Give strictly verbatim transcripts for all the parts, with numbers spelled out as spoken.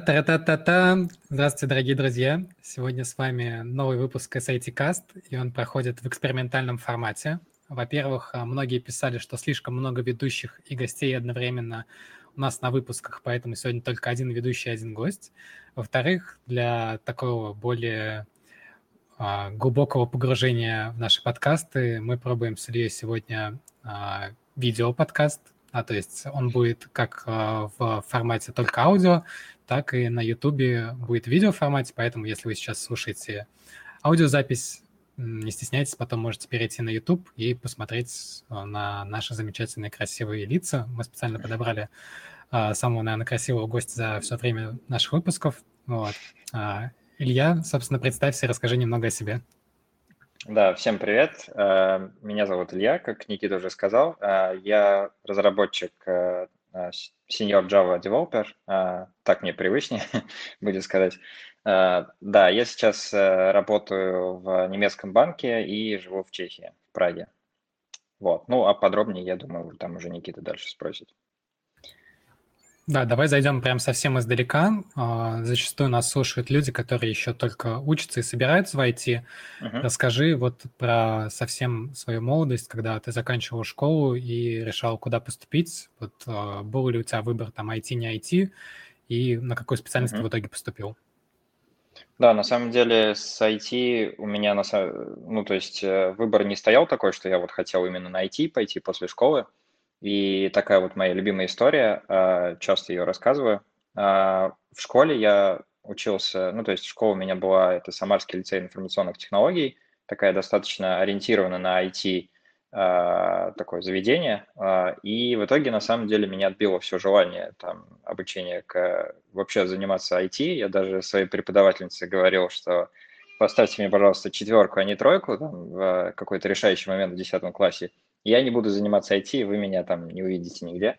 Та-та-та-та-та! Здравствуйте, дорогие друзья! Сегодня с вами новый выпуск эс ай ти-Cast, и он проходит в экспериментальном формате. Во-первых, многие писали, что слишком много ведущих и гостей одновременно у нас на выпусках, поэтому сегодня только один ведущий и один гость. Во-вторых, для такого более а, глубокого погружения в наши подкасты мы пробуем с Ильей сегодня а, видео-подкаст. А, то есть он будет как а, в формате только аудио, так и на Ютубе будет в видеоформате, поэтому если вы сейчас слушаете аудиозапись, не стесняйтесь, потом можете перейти на YouTube и посмотреть на наши замечательные красивые лица. Мы специально подобрали а, самого, наверное, красивого гостя за все время наших выпусков. Вот. А, Илья, собственно, представься и расскажи немного о себе. Да, всем привет. Меня зовут Илья, как Никита уже сказал. Я разработчик, senior Java developer, так мне привычнее будет сказать. Да, я сейчас работаю в немецком банке и живу в Чехии, в Праге. Вот. Ну, а подробнее, я думаю, там уже Никита дальше спросит. Да, давай зайдем прям совсем издалека. Зачастую нас слушают люди, которые еще только учатся и собираются в ай ти. Uh-huh. Расскажи вот про совсем свою молодость, когда ты заканчивал школу и решал, куда поступить. Вот был ли у тебя выбор там ай ти, не ай ти, и на какую специальность uh-huh. ты в итоге поступил? Да, на самом деле с ай ти у меня, на, ну, то есть выбор не стоял такой, что я вот хотел именно на ай ти пойти после школы. И такая вот моя любимая история, часто ее рассказываю. В школе я учился, ну, то есть школа у меня была, это Самарский лицей информационных технологий, такая достаточно ориентирована на ай ти такое заведение. И в итоге, на самом деле, меня отбило все желание там обучения к вообще заниматься ай ти. Я даже своей преподавательнице говорил, что поставьте мне, пожалуйста, четверку, а не тройку там, в какой-то решающий момент в десятом классе. Я не буду заниматься ай ти, вы меня там не увидите нигде.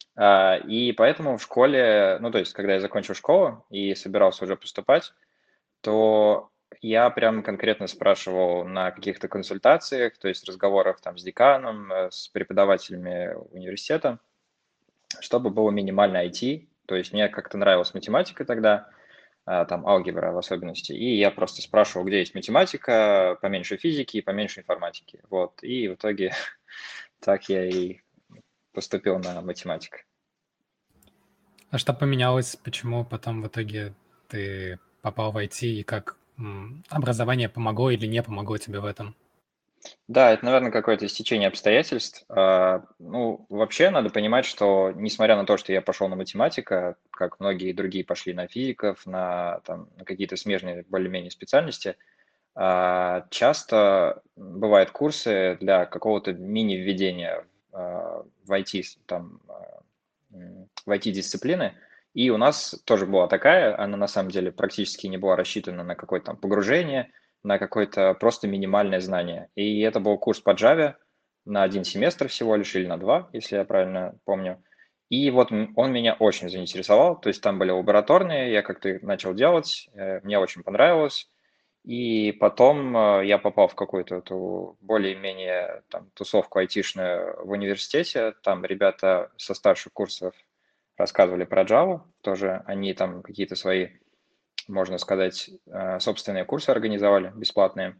И поэтому в школе, ну, то есть, когда я закончил школу и собирался уже поступать, то я прям конкретно спрашивал на каких-то консультациях, то есть разговорах там с деканом, с преподавателями университета, чтобы было минимально ай ти. То есть мне как-то нравилась математика тогда, там алгебра в особенности, и я просто спрашивал, где есть математика, поменьше физики и поменьше информатики. Вот, и в итоге так я и поступил на математику. А что поменялось? Почему потом в итоге ты попал в ай ти, и как м, образование помогло или не помогло тебе в этом? Да, это, наверное, какое-то стечение обстоятельств. А, Ну, вообще надо понимать, что несмотря на то, что я пошел на математика, как многие другие пошли на физиков, на, там, на какие-то смежные более-менее специальности, а, часто бывают курсы для какого-то мини-введения а, в ай ти, там, а, м, в ай ти-дисциплины. И у нас тоже была такая, она на самом деле практически не была рассчитана на какое-то там погружение, на какое-то просто минимальное знание. И это был курс по Java на один семестр всего лишь, или на два, если я правильно помню. И вот м- он меня очень заинтересовал, то есть там были лабораторные, я как-то их начал делать, э, мне очень понравилось. И потом э, я попал в какую-то эту более-менее там тусовку айтишную в университете, там ребята со старших курсов рассказывали про Java, тоже они там какие-то свои, можно сказать, э, собственные курсы организовали, бесплатные.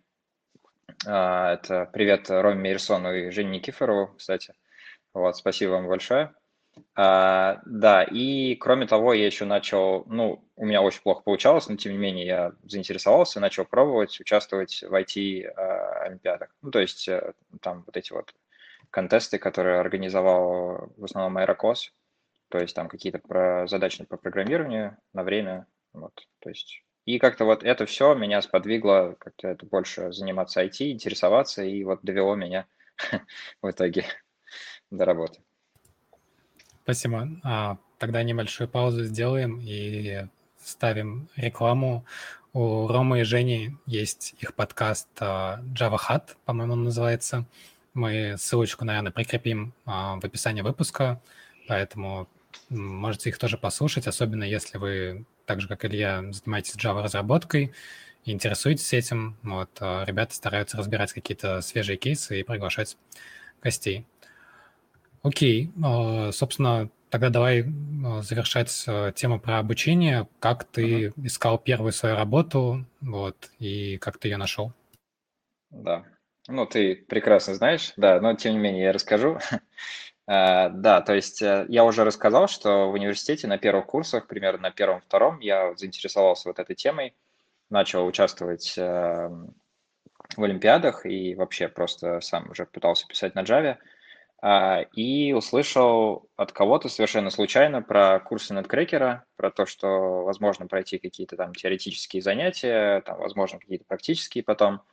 А, Это привет Роме Мейерсону и Жене Никифорову, кстати. Вот, спасибо вам большое. А, да, и кроме того, я еще начал, ну, у меня очень плохо получалось, но тем не менее я заинтересовался, начал пробовать участвовать в ай ти-олимпиадах. Ну, то есть э, там вот эти вот контесты, которые организовал в основном Аэрокос, то есть там какие-то про задачи по программированию на время, вот, то есть и как-то вот это все меня сподвигло как-то это больше заниматься ай ти, интересоваться, и вот довело меня в итоге до работы. Спасибо. А, тогда небольшую паузу сделаем и ставим рекламу. У Ромы и Жени есть их подкаст а, Java Hut, по-моему, он называется. Мы ссылочку, наверное, прикрепим а, в описании выпуска, поэтому м, можете их тоже послушать, особенно если вы, так же, как Илья, занимаетесь Java-разработкой и интересуетесь этим. Вот, а, ребята стараются разбирать какие-то свежие кейсы и приглашать гостей. Окей, а, собственно, тогда давай ну, завершать э, тему про обучение. Как ты Мгм. искал первую свою работу, вот, и как ты ее нашел? Да. Ну, ты прекрасно знаешь, да, но тем не менее я расскажу. А, Да, то есть э, я уже рассказал, что в университете на первых курсах, примерно на первом-втором, я заинтересовался вот этой темой, начал участвовать эм, в олимпиадах и вообще просто сам уже пытался писать на Java. А, И услышал от кого-то совершенно случайно про курсы Netcracker, про то, что возможно пройти какие-то там теоретические занятия, там, возможно, какие-то практические потом.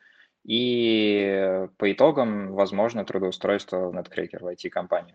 И по итогам, возможно, трудоустройство в Netcracker, в I T-компанию.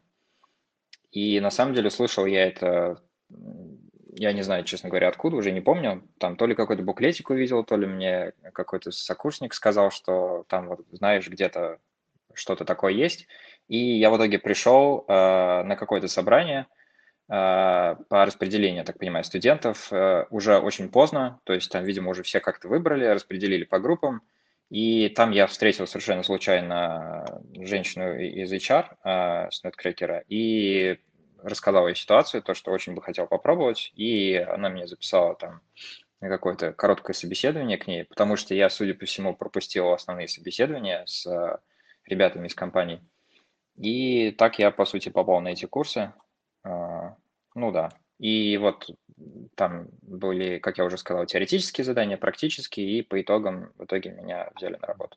И на самом деле слышал я это, м, я не знаю, честно говоря, откуда, уже не помню. Там то ли какой-то буклетик увидел, то ли мне какой-то сокурсник сказал, что там, вот, знаешь, где-то что-то такое есть. И я в итоге пришел э, на какое-то собрание э, по распределению, я так понимаю, студентов э, уже очень поздно, то есть там, видимо, уже все как-то выбрали, распределили по группам, и там я встретил совершенно случайно женщину из H R э, с Netcracker и рассказал ей ситуацию, то, что очень бы хотел попробовать, и она меня записала там на какое-то короткое собеседование к ней, потому что я, судя по всему, пропустил основные собеседования с э, ребятами из компании. И так я, по сути, попал на эти курсы. А, Ну да. И вот там были, как я уже сказал, теоретические задания, практические, и по итогам, в итоге меня взяли на работу.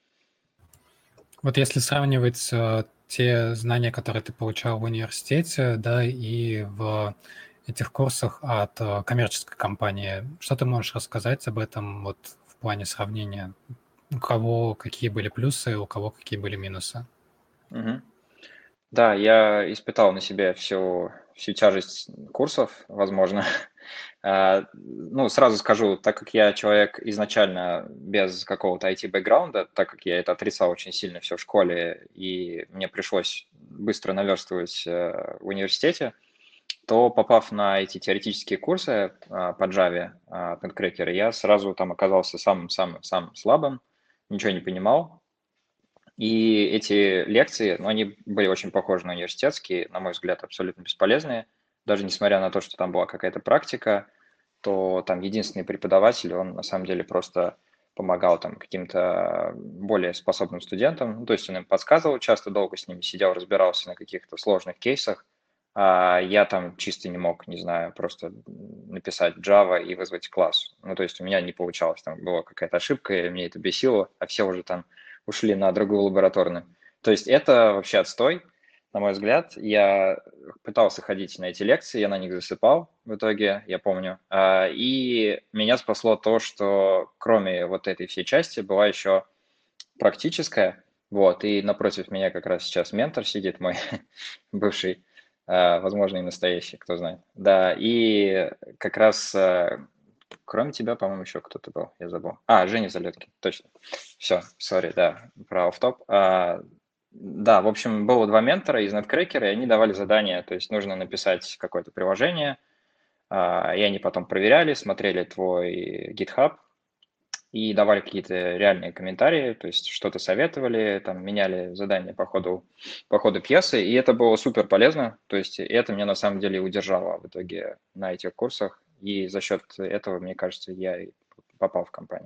Вот если сравнивать э, те знания, которые ты получал в университете, да, и в этих курсах от э, коммерческой компании, что ты можешь рассказать об этом вот в плане сравнения? У кого какие были плюсы, у кого какие были минусы? Мгм. Да, я испытал на себе всю, всю тяжесть курсов, возможно. А, Ну, сразу скажу, так как я человек изначально без какого-то I T-бэкграунда, так как я это отрицал очень сильно все в школе, и мне пришлось быстро наверстывать э, в университете, то, попав на эти теоретические курсы а, по Java а, от Netcracker, я сразу там оказался самым-самым-самым слабым, ничего не понимал, и эти лекции, ну, они были очень похожи на университетские, на мой взгляд, абсолютно бесполезные. Даже несмотря на то, что там была какая-то практика, то там единственный преподаватель, он на самом деле просто помогал там каким-то более способным студентам. Ну, то есть он им подсказывал, часто долго с ними сидел, разбирался на каких-то сложных кейсах. А я там чисто не мог, не знаю, просто написать Java и вызвать класс. Ну, то есть у меня не получалось, там была какая-то ошибка, и мне это бесило, а все уже там ушли на другую лабораторную. То есть это вообще отстой, на мой взгляд. Я пытался ходить на эти лекции, я на них засыпал в итоге, я помню. А, И меня спасло то, что кроме вот этой всей части была еще практическая. Вот, и напротив меня как раз сейчас ментор сидит мой, бывший, а, возможно, и настоящий, кто знает. Да, и как раз а, кроме тебя, по-моему, еще кто-то был, я забыл. А, Женя Залеткин, точно. Все, сори, да, про офф-топ. А, да, в общем, было два ментора из Netcracker, и они давали задания, то есть нужно написать какое-то приложение, а, и они потом проверяли, смотрели твой GitHub и давали какие-то реальные комментарии, то есть что-то советовали, там, меняли задания по ходу, по ходу пьесы, и это было супер полезно, то есть это меня на самом деле удержало в итоге на этих курсах, и за счет этого, мне кажется, я и попал в компанию.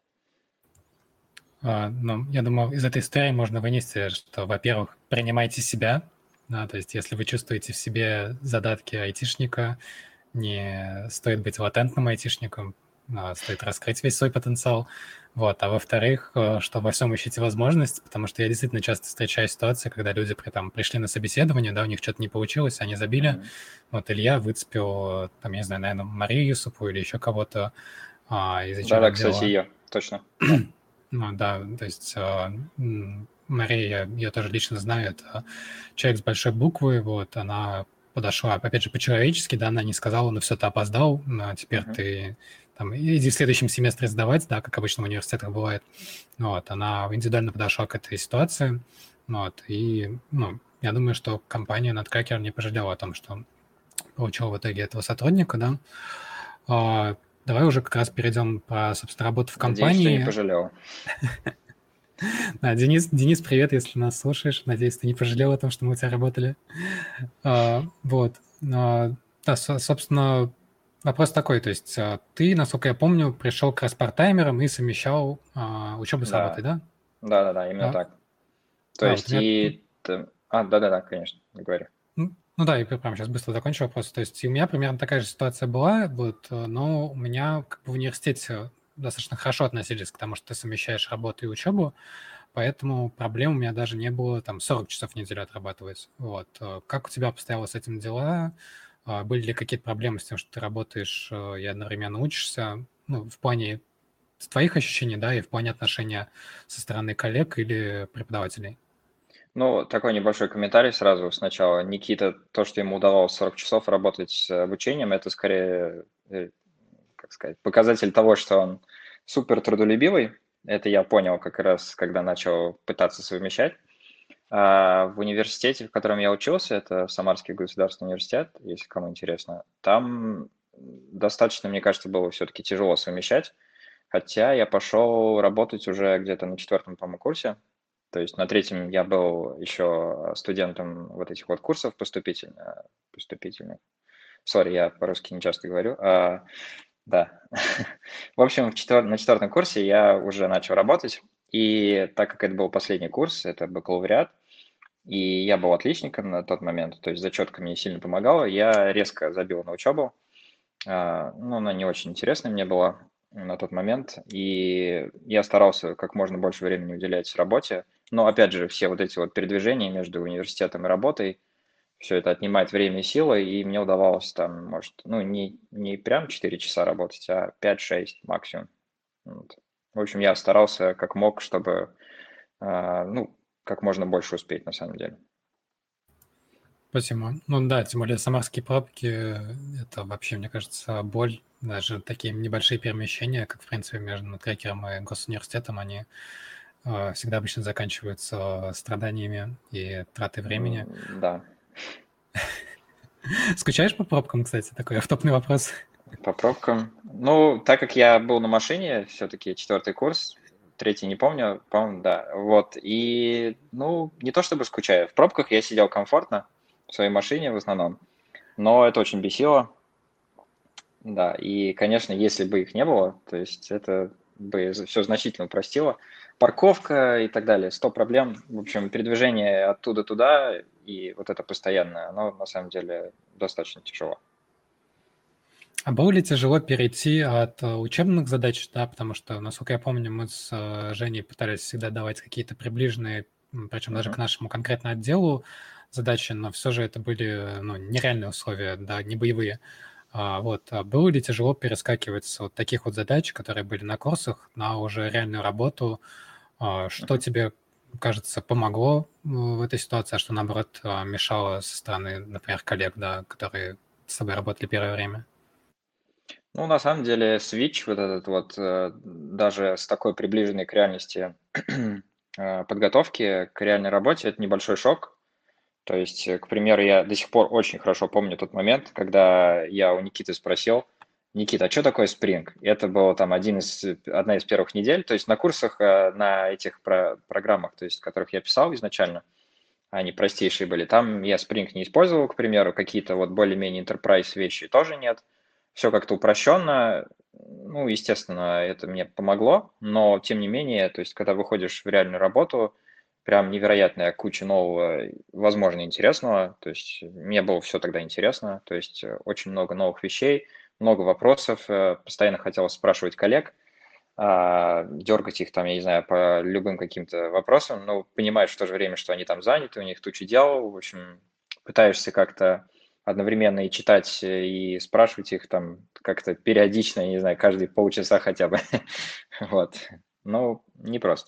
А, Ну, я думаю, из этой истории можно вынести, что, во-первых, принимайте себя, да, то есть если вы чувствуете в себе задатки айтишника, не стоит быть латентным айтишником, а стоит раскрыть весь свой потенциал. Вот. А во-вторых, э, что во всем ищите возможность, потому что я действительно часто встречаю ситуации, когда люди при, там, пришли на собеседование, да, у них что-то не получилось, они забили. Мгм. Вот Илья выцепил, там, я не знаю, наверное, Марию Юсупу или еще кого-то а, из Да-да, H кстати, R-отдела. ее, точно, да. Ну да, то есть а, м, Мария, я ее тоже лично знаю, это человек с большой буквы, вот, она подошла, опять же, по-человечески, да, она не сказала, ну все, ты опоздал, а теперь Мгм. ты там иди в следующем семестре сдавать, да, как обычно в университетах бывает. Вот, она индивидуально подошла к этой ситуации, вот, и, ну, я думаю, что компания Nutcracker не пожалела о том, что получила в итоге этого сотрудника, да. А, Давай уже как раз перейдем про, собственно, работу в Надеюсь, что не компании. пожалел. Да, Денис, Денис, привет, если нас слушаешь. Надеюсь, ты не пожалел о том, что мы у тебя работали. А, вот. А, Да, со- собственно, вопрос такой, то есть а, ты, насколько я помню, пришел как раз part-таймером и совмещал а, учебу с работой, Да, да? да-да-да, именно А, так. То да, вот у есть меня... и... т- А, да-да-да, конечно, говорю. Ну ну да, я прям сейчас быстро закончу вопрос. То есть и у меня примерно такая же ситуация была, вот, э, но у меня как бы в университете достаточно хорошо относились к тому, что ты совмещаешь работу и учебу, поэтому проблем у меня даже не было там сорок часов в неделю отрабатывать. Вот. э, Как у тебя обстояло с этим дела? А, Были ли какие-то проблемы с тем, что ты работаешь э, и одновременно учишься? Ну, в плане с твоих ощущений, да, и в плане отношения со стороны коллег или преподавателей? Ну, такой небольшой комментарий сразу сначала. Никита, то, что ему удавалось сорок часов работать с обучением, это скорее, э, как сказать, показатель того, что он супер трудолюбивый. Это я понял как раз, когда начал пытаться совмещать. А в университете, в котором я учился, это Самарский государственный университет, если кому интересно, там достаточно, мне кажется, было все-таки тяжело совмещать. Хотя я пошел работать уже где-то на четвертом, по-моему, курсе. То есть на третьем я был еще студентом вот этих вот курсов поступительных. поступительных. Сори, я по-русски не часто говорю. А, да. В общем, в четвер- на четвертом курсе я уже начал работать. И так как это был последний курс, это бакалавриат, и я был отличником на тот момент, то есть зачетка мне сильно помогала, я резко забил на учебу. А, ну, она не очень интересная мне была на тот момент, и я старался как можно больше времени уделять работе. Но, опять же, все вот эти вот передвижения между университетом и работой, все это отнимает время и силы, и мне удавалось там, может, ну, не, не прям четыре часа работать, а пять-шесть максимум. Вот. В общем, я старался как мог, чтобы, а, ну, как можно больше успеть на самом деле. Спасибо. Ну да, тем более самарские пробки– э, это вообще, мне кажется, боль. Даже такие небольшие перемещения, как, в принципе, между трекером и госуниверситетом, они э, всегда обычно заканчиваются страданиями и тратой времени. М, Да. Скучаешь по пробкам, кстати? Такой автопный вопрос. По пробкам. Ну, так как я был на машине, все-таки четвертый курс, третий не помню, по-моему, да. Вот. И, ну, не то чтобы скучаю. В пробках я сидел комфортно в своей машине в основном, но это очень бесило. Да, и, конечно, если бы их не было, то есть это бы все значительно упростило. Парковка и так далее, сто проблем. В общем, передвижение оттуда туда и вот это постоянное, оно на самом деле достаточно тяжело. А было ли тяжело перейти от э, учебных задач, да, потому что, насколько я помню, мы с э, Женей пытались всегда давать какие-то приближенные, м, причем даже к Мгм. нашему конкретно отделу задачи, но все же это были, ну, нереальные условия, да, не боевые. А, вот, а было ли тяжело перескакивать с вот таких вот задач, которые были на курсах, на уже реальную работу? А, Что Мгм. тебе, кажется, помогло э, в этой ситуации, а что, наоборот, а, мешало со стороны, например, коллег, да, которые с тобой работали первое время? Ну, на самом деле, свитч вот этот вот, э, даже с такой приближенной к реальности э, подготовки к реальной работе, это небольшой шок. То есть, э, к примеру, я до сих пор очень хорошо помню тот момент, когда я у Никиты спросил: "Никита, а что такое Spring?" И это было там один из, э, одна из первых недель. То есть на курсах, э, на этих про программах, то есть которых я писал изначально, они простейшие были. Там я Spring не использовал, к примеру, какие-то вот более-менее enterprise вещи тоже нет. Все как-то упрощенно. Ну, естественно, это мне помогло, но тем не менее, то есть когда выходишь в реальную работу, прям невероятная куча нового, возможно, интересного. То есть мне было все тогда интересно, то есть э, очень много новых вещей, много вопросов, э, постоянно хотелось спрашивать коллег, а, дергать их там, я не знаю, по любым каким-то вопросам, но понимаешь в то же время, что они там заняты, у них туча дел, в общем, пытаешься как-то одновременно и читать, э, и спрашивать их там как-то периодично, я не знаю, каждые полчаса хотя бы. Вот. Ну, непросто.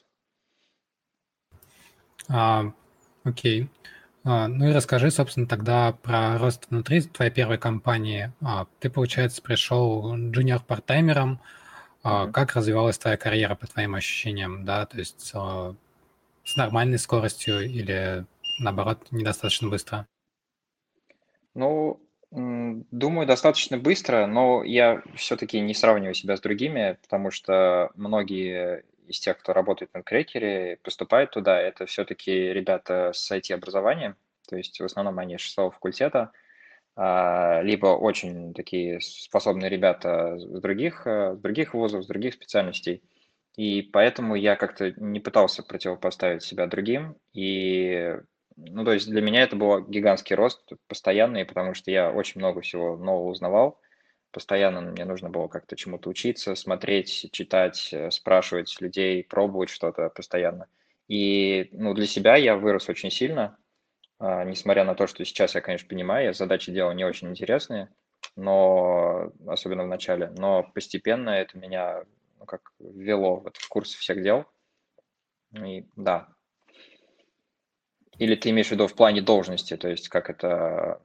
А, окей. А, ну и расскажи, собственно, тогда про рост внутри твоей первой компании. А, ты, получается, пришел джуниор-партаймером. А, Мгм. как развивалась твоя карьера, по твоим ощущениям, да? То есть а, с нормальной скоростью или, наоборот, недостаточно быстро? Ну, м, думаю, достаточно быстро, но я все-таки не сравниваю себя с другими, потому что многие из тех, кто работает на крекере, поступают туда, это все-таки ребята с I T-образованием, то есть в основном они шестого факультета, а, либо очень такие способные ребята с других, э, с других вузов, с других специальностей. И поэтому я как-то не пытался противопоставить себя другим. И, ну, то есть для меня это был гигантский рост постоянный, потому что я очень много всего нового узнавал. Постоянно мне нужно было как-то чему-то учиться, смотреть, читать, э, спрашивать людей, пробовать что-то постоянно. И, ну, для себя я вырос очень сильно, а, несмотря на то, что сейчас я, конечно, понимаю, я задачи делал не очень интересные, но особенно в начале, но постепенно это меня, ну, как ввело в этот курс всех дел. И да. Или ты имеешь в виду в плане должности, то есть как это,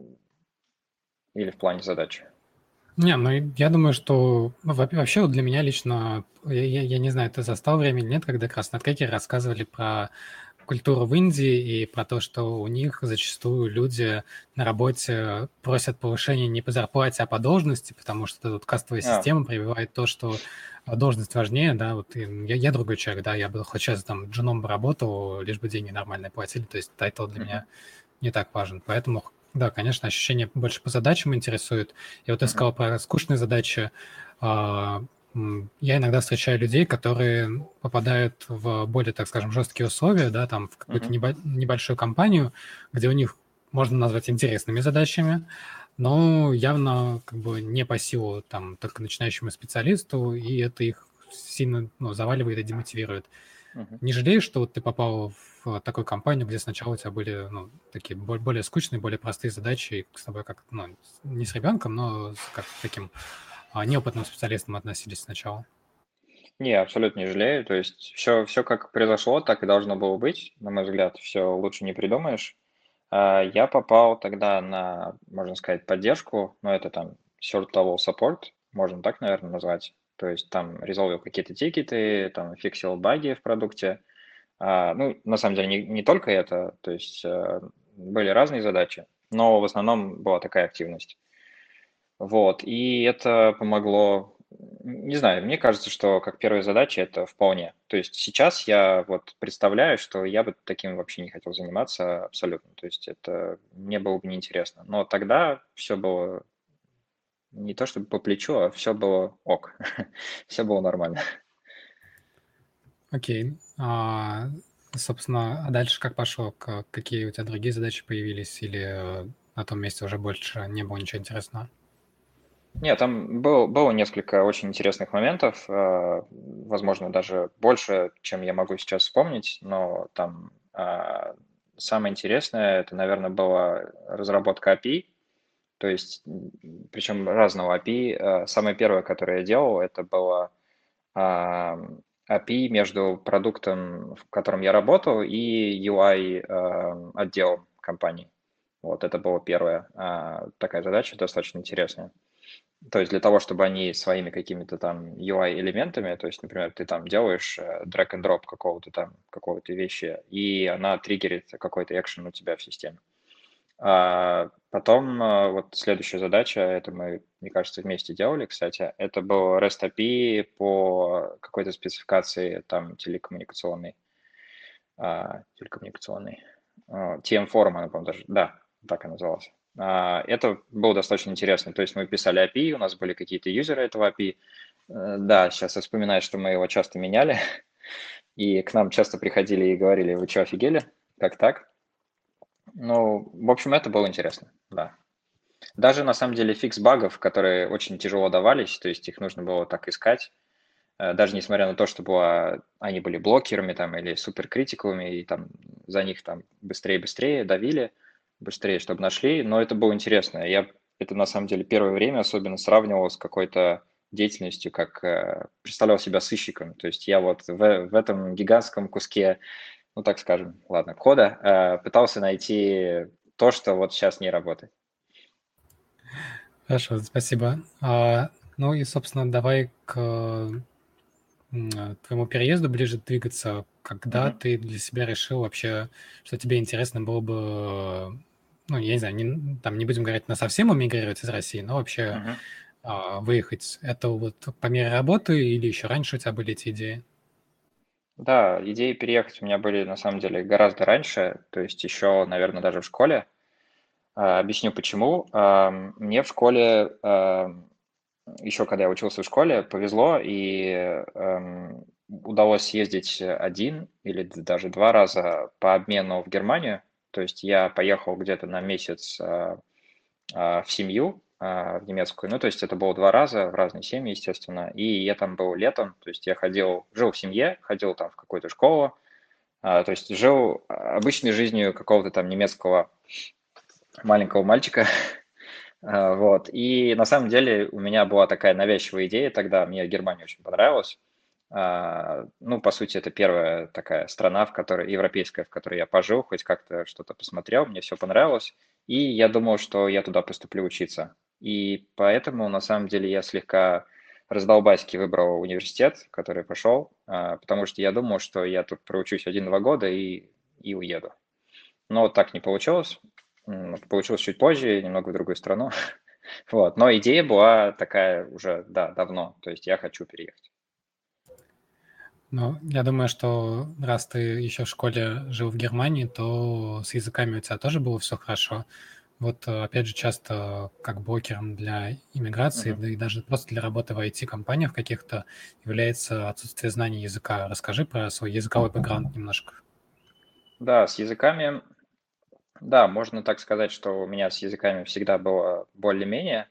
или в плане задачи? Не, ну и я думаю, что ну, во- вообще вот для меня лично, я, я- я не знаю, ты застал время или нет, когда краснотрекеры рассказывали про культуру в Индии и про то, что у них зачастую люди на работе просят повышения не по зарплате, а по должности, потому что тут кастовая А, система прививает то, что а, должность важнее, да, вот и я, я другой человек, да, я бы хоть сейчас там джуном бы работал, лишь бы деньги нормальные платили, то есть тайтл для мгм, меня не так важен. Поэтому, да, конечно, ощущение больше по задачам интересует. И вот ты мгм, сказал про скучные задачи. А, м, Я иногда встречаю людей, которые попадают в более, так скажем, жесткие условия, да, там в какую-то мгм. небо- небольшую компанию, где у них можно назвать интересными задачами, но явно как бы не по силу там только начинающему специалисту, и это их сильно ну, заваливает и демотивирует. Мгм. Не жалеешь, что вот ты попал в такую компанию, где сначала у тебя были, ну, такие бо- более скучные, более простые задачи, и с тобой как, ну, с- не с ребенком, но с как таким а, неопытным специалистом относились сначала? Не, абсолютно не жалею. То есть все, все как произошло, так и должно было быть, на мой взгляд. Все лучше не придумаешь. А, Я попал тогда на, можно сказать, поддержку, но это там third level support, можно так, наверное, назвать. То есть там резолвил какие-то тикеты, там фиксил баги в продукте. А, Ну, на самом деле, не, не только это, то есть э, были разные задачи, но в основном была такая активность. Вот, и это помогло. Н не знаю, мне кажется, что как первая задача это вполне. То есть сейчас я вот представляю, что я бы таким вообще не хотел заниматься абсолютно. То есть это мне было бы неинтересно. Но тогда все было не то чтобы по плечу, а все было ок. Все было нормально. Окей. А, собственно, а дальше как пошло? К- Какие у тебя другие задачи появились? Или э, на том месте уже больше не было ничего интересного? Нет, там был было несколько очень интересных моментов, а, возможно, даже больше, чем я могу сейчас вспомнить, но там, а, самое интересное — это, наверное, была разработка A P I, то есть, м, причем разного A P I. А, самое первое, которое я делал, это было, ам, A P I между продуктом, в котором я работал, и U I, ам, отделом компании. Вот это была первая, а, такая задача достаточно интересная. То есть для того, чтобы они своими какими-то там U I-элементами, то есть, например, ты там делаешь э, drag and drop какого-то там, какого-то вещи, и она триггерит какой-то экшен у тебя в системе. А потом э, вот следующая задача, это мы, мне кажется, вместе делали, кстати, это был REST A P I по какой-то спецификации там телекоммуникационной, а, телекоммуникационной, а, T M-форум она, по-моему, даже, да, так она называлась. А, Это было достаточно интересно. То есть мы писали A P I, у нас были какие-то юзеры этого A P I. Э, Да, сейчас я вспоминаю, что мы его часто меняли, и к нам часто приходили и говорили, вы что, офигели? Как так? Ну, в общем, это было интересно, да. Даже на самом деле фикс багов, которые очень тяжело давались, то есть их нужно было так искать, э, даже несмотря на то, что была, они были блокерами там или суперкритиковыми, и там за них там быстрее-быстрее давили, быстрее, чтобы нашли, но это было интересно. Я это на самом деле первое время особенно сравнивал с какой-то деятельностью, как э, представлял себя сыщиком. То есть я вот в, в этом гигантском куске, ну так скажем, ладно, кода, э, пытался найти то, что вот сейчас не работает. Хорошо, спасибо. А, ну и, собственно, давай к м, а, твоему переезду ближе двигаться. Когда Мгм. ты для себя решил вообще, что тебе интересно было бы, э, ну, я не знаю, не, там не будем говорить на совсем эмигрировать из России, но вообще Мгм. а, выехать. Это вот по мере работы или еще раньше у тебя были эти идеи? Да, идеи переехать у меня были на самом деле гораздо раньше, то есть еще, наверное, даже в школе. А, Объясню почему. Ам, Мне в школе, ам, еще когда я учился в школе, повезло и ам, удалось съездить один или д- даже два раза по обмену в Германию. То есть я поехал где-то на месяц а, а, в семью, а, в немецкую. Ну, то есть это было два раза в разные семьи, естественно. И я там был летом, то есть я ходил, жил в семье, ходил там в какую-то школу, а, то есть жил обычной жизнью какого-то там немецкого маленького мальчика. А, Вот. И на самом деле у меня была такая навязчивая идея тогда, мне Германия очень понравилась. А, Ну, по сути, это первая такая страна, в которой, европейская, в которой я пожил, хоть как-то что-то посмотрел, мне все понравилось. И я думал, что я туда поступлю учиться. И поэтому, на самом деле, я слегка раздолбайски выбрал университет, в который пошел, а, потому что я думал, что я тут проучусь один-два года и, и уеду. Но вот так не получилось. М, Получилось чуть позже, немного в другую страну. Вот. Но идея была такая уже, да, давно. То есть я хочу переехать. Ну, я думаю, что раз ты еще в школе жил в Германии, то с языками у тебя тоже было все хорошо. Вот, э, опять же, часто как блокером для иммиграции, Мгм. да и даже просто для работы в I T-компаниях каких-то является отсутствие знаний языка. Расскажи про свой языковой бэкграунд немножко. Да, с языками, да, можно так сказать, что у меня с языками всегда было более-менее.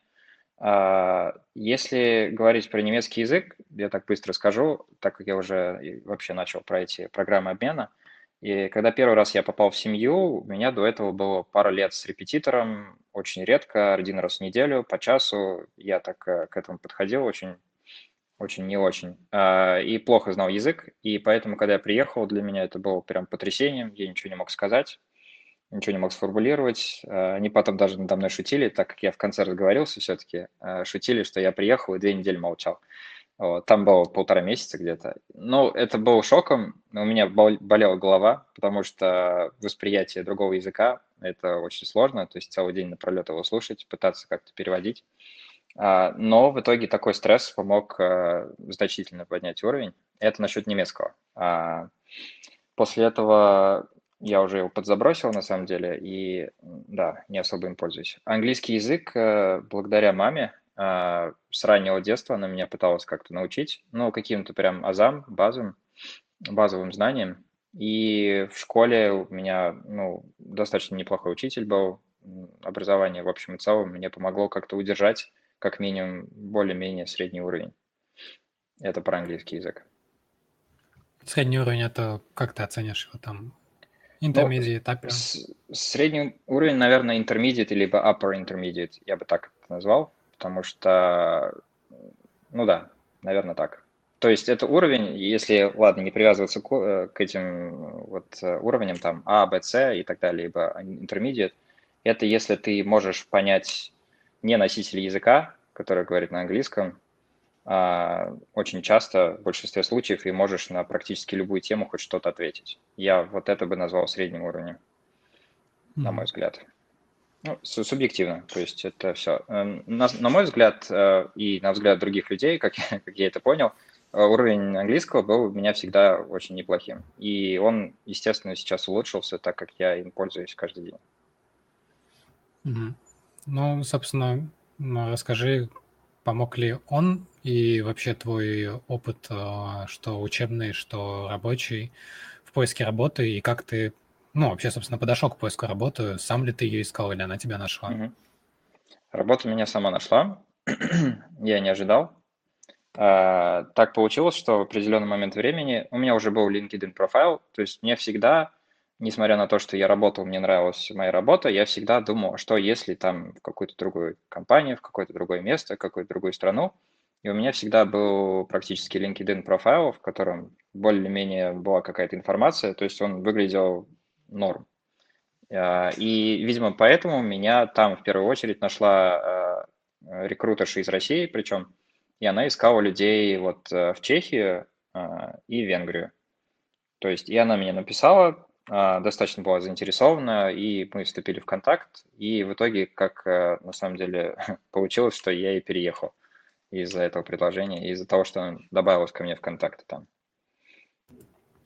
А, Если говорить про немецкий язык, я так быстро скажу, так как я уже и вообще начал про эти программы обмена. И когда первый раз я попал в семью, у меня до этого было пара лет с репетитором, очень редко, один раз в неделю, по часу. Я так э, к этому подходил очень, очень не очень. А, И плохо знал язык, и поэтому, когда я приехал, для меня это было прям потрясением, я ничего не мог сказать. Ничего не мог сформулировать. Э, они потом даже надо мной шутили, так как я в конце разговорился все-таки, э, шутили, что я приехал и две недели молчал. Вот, там было полтора месяца где-то. Ну, это было шоком. У меня бол- болела голова, потому что восприятие другого языка — это очень сложно, то есть целый день напролет его слушать, пытаться как-то переводить. А, Но в итоге такой стресс помог э, значительно поднять уровень. Это насчет немецкого. А, После этого я уже его подзабросил, на самом деле, и м, да, не особо им пользуюсь. Английский язык, э, благодаря маме, а, с раннего детства она меня пыталась как-то научить, ну, каким-то прям азам, базовым, базовым знаниям. И в школе у меня, ну, достаточно неплохой учитель был. М, Образование, в общем и целом, мне помогло как-то удержать, как минимум, более-менее средний уровень. Это про английский язык. Средний уровень — это как ты оценишь его там? Ну, Intermediate, upper? с- средний уровень, наверное, intermediate, либо upper intermediate, я бы так это назвал, потому что, ну да, наверное, так. То есть это уровень, если, ладно, не привязываться к, э, к этим э, вот э, уровням, там, А, Б, С и так далее, либо intermediate, это если ты можешь понять не носитель языка, который говорит на английском, а, очень часто, в большинстве случаев, и можешь на практически любую тему хоть что-то ответить. Я вот это бы назвал средним уровнем, на мой Мгм. взгляд. Ну, су- субъективно, то есть это все. На, на мой взгляд э, и на взгляд других людей, как я, как я это понял, э, уровень английского был у меня всегда очень неплохим. И он, естественно, сейчас улучшился, так как я им пользуюсь каждый день. Мгм. Ну, собственно, ну, расскажи, помог ли он и вообще твой опыт, а, что учебный, что рабочий, в поиске работы, и как ты, ну, вообще, собственно, подошел к поиску работы, сам ли ты ее искал или она тебя нашла? Мгм. Работа меня сама нашла, я не ожидал. А, Так получилось, что в определенный момент времени у меня уже был LinkedIn профайл, то есть мне всегда, несмотря на то, что я работал, мне нравилась моя работа, я всегда думал, а что если там в какую-то другую компанию, в какое-то другое место, в какую-то другую страну. И у меня всегда был практически LinkedIn профайл, в котором более-менее была какая-то информация, то есть он выглядел норм. А, И, видимо, поэтому меня там в первую очередь нашла а, рекрутерша из России, причем, и она искала людей вот э, в Чехию а, и Венгрию. То есть и она мне написала, а, достаточно была заинтересована, и мы вступили в контакт, и в итоге, как э, на самом деле получилось, что я и переехал из-за этого предложения, из-за того, что она добавилась ко мне в контакты там.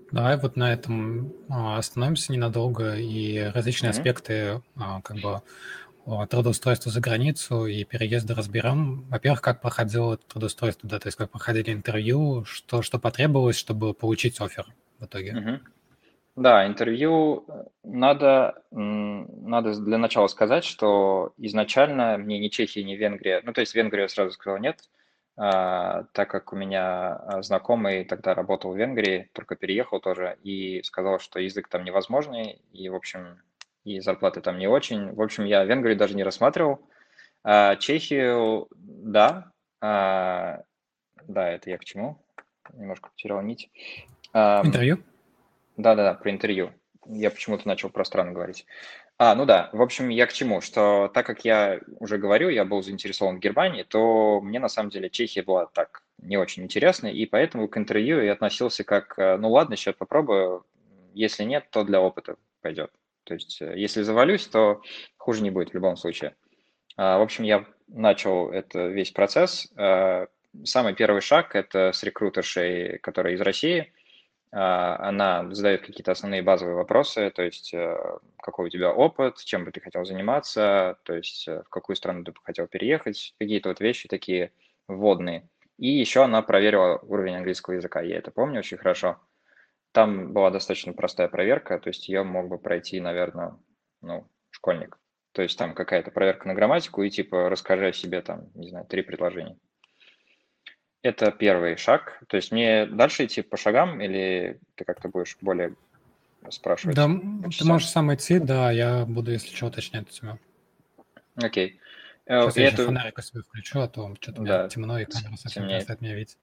Давай вот на этом а, остановимся ненадолго и различные Мгм. аспекты а, как бы а, трудоустройства за границу и переезда разберем. Во-первых, как проходило трудоустройство, да, то есть как проходили интервью, что, что потребовалось, чтобы получить оффер в итоге. Мгм. Да, интервью э, надо, м, надо с- для начала сказать, что изначально мне ни Чехия, ни Венгрия, ну, то есть Венгрию я сразу сказал нет, а, так как у меня а, знакомый тогда работал в Венгрии, только переехал тоже, и сказал, что язык там невозможный, и, в общем, и зарплаты там не очень. В общем, я Венгрию даже не рассматривал. А Чехию, да, а, да, это я к чему? Немножко потерял нить. Ам, Интервью? Да-да-да, про интервью. Я почему-то начал про страну говорить. А, ну да, в общем, я к чему? Что так как я уже говорю, я был заинтересован в Германии, то мне на самом деле Чехия была так не очень интересной, и поэтому к интервью я относился как, э, ну ладно, сейчас попробую, если нет, то для опыта пойдет. То есть, э, если завалюсь, то хуже не будет в любом случае. А, В общем, я начал это весь процесс. А, Самый первый шаг– это с рекрутершей, которая из России. А, Она задает какие-то основные базовые вопросы, то есть э, какой у тебя опыт, чем бы ты хотел заниматься, то есть э, в какую страну ты бы хотел переехать, какие-то вот вещи такие вводные. И еще она проверила уровень английского языка, я это помню очень хорошо. Там была достаточно простая проверка, то есть ее мог бы пройти, наверное, ну, школьник. То есть там какая-то проверка на грамматику и типа расскажи о себе там, не знаю, три предложения. Это первый шаг. То есть мне дальше идти по шагам или ты как-то будешь более Да, спрашивать по м, ты частям? можешь сам идти, да, я буду, если что, уточнять у тебя. Окей. Э, Сейчас И я еще эту, фонарик у себя включу, а то что-то у меня да, темно, и т- камера совсем темнеет. перестает меня видеть.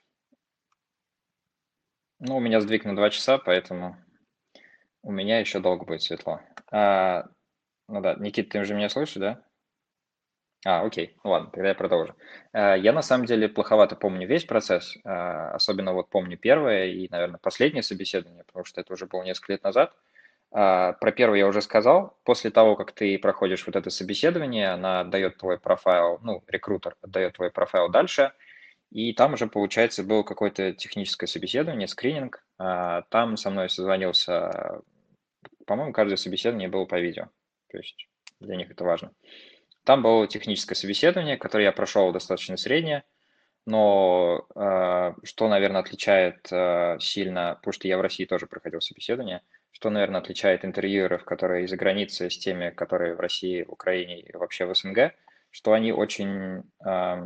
Ну, у меня сдвиг на два часа, поэтому у меня еще долго будет светло. А, ну да, Никита, ты уже меня слышишь, да? А, окей, ну ладно, тогда я продолжу. Э, Я на самом деле плоховато помню весь процесс, а, особенно вот помню первое и, наверное, последнее собеседование, потому что это уже было несколько лет назад. А, Про первое я уже сказал. После того, как ты проходишь вот это собеседование, она отдает твой профайл, ну, рекрутер отдает твой профайл дальше, и там уже, получается, было какое-то техническое собеседование, скрининг. А, Там со мной созвонился, по-моему, каждое собеседование было по видео, то есть для них это важно. Там было техническое собеседование, которое я прошел достаточно среднее, но э, что, наверное, отличает э, сильно, потому что я в России тоже проходил собеседование, что, наверное, отличает интервьюеров, которые из-за границы, с теми, которые в России, в Украине и вообще в СНГ, что они очень, э,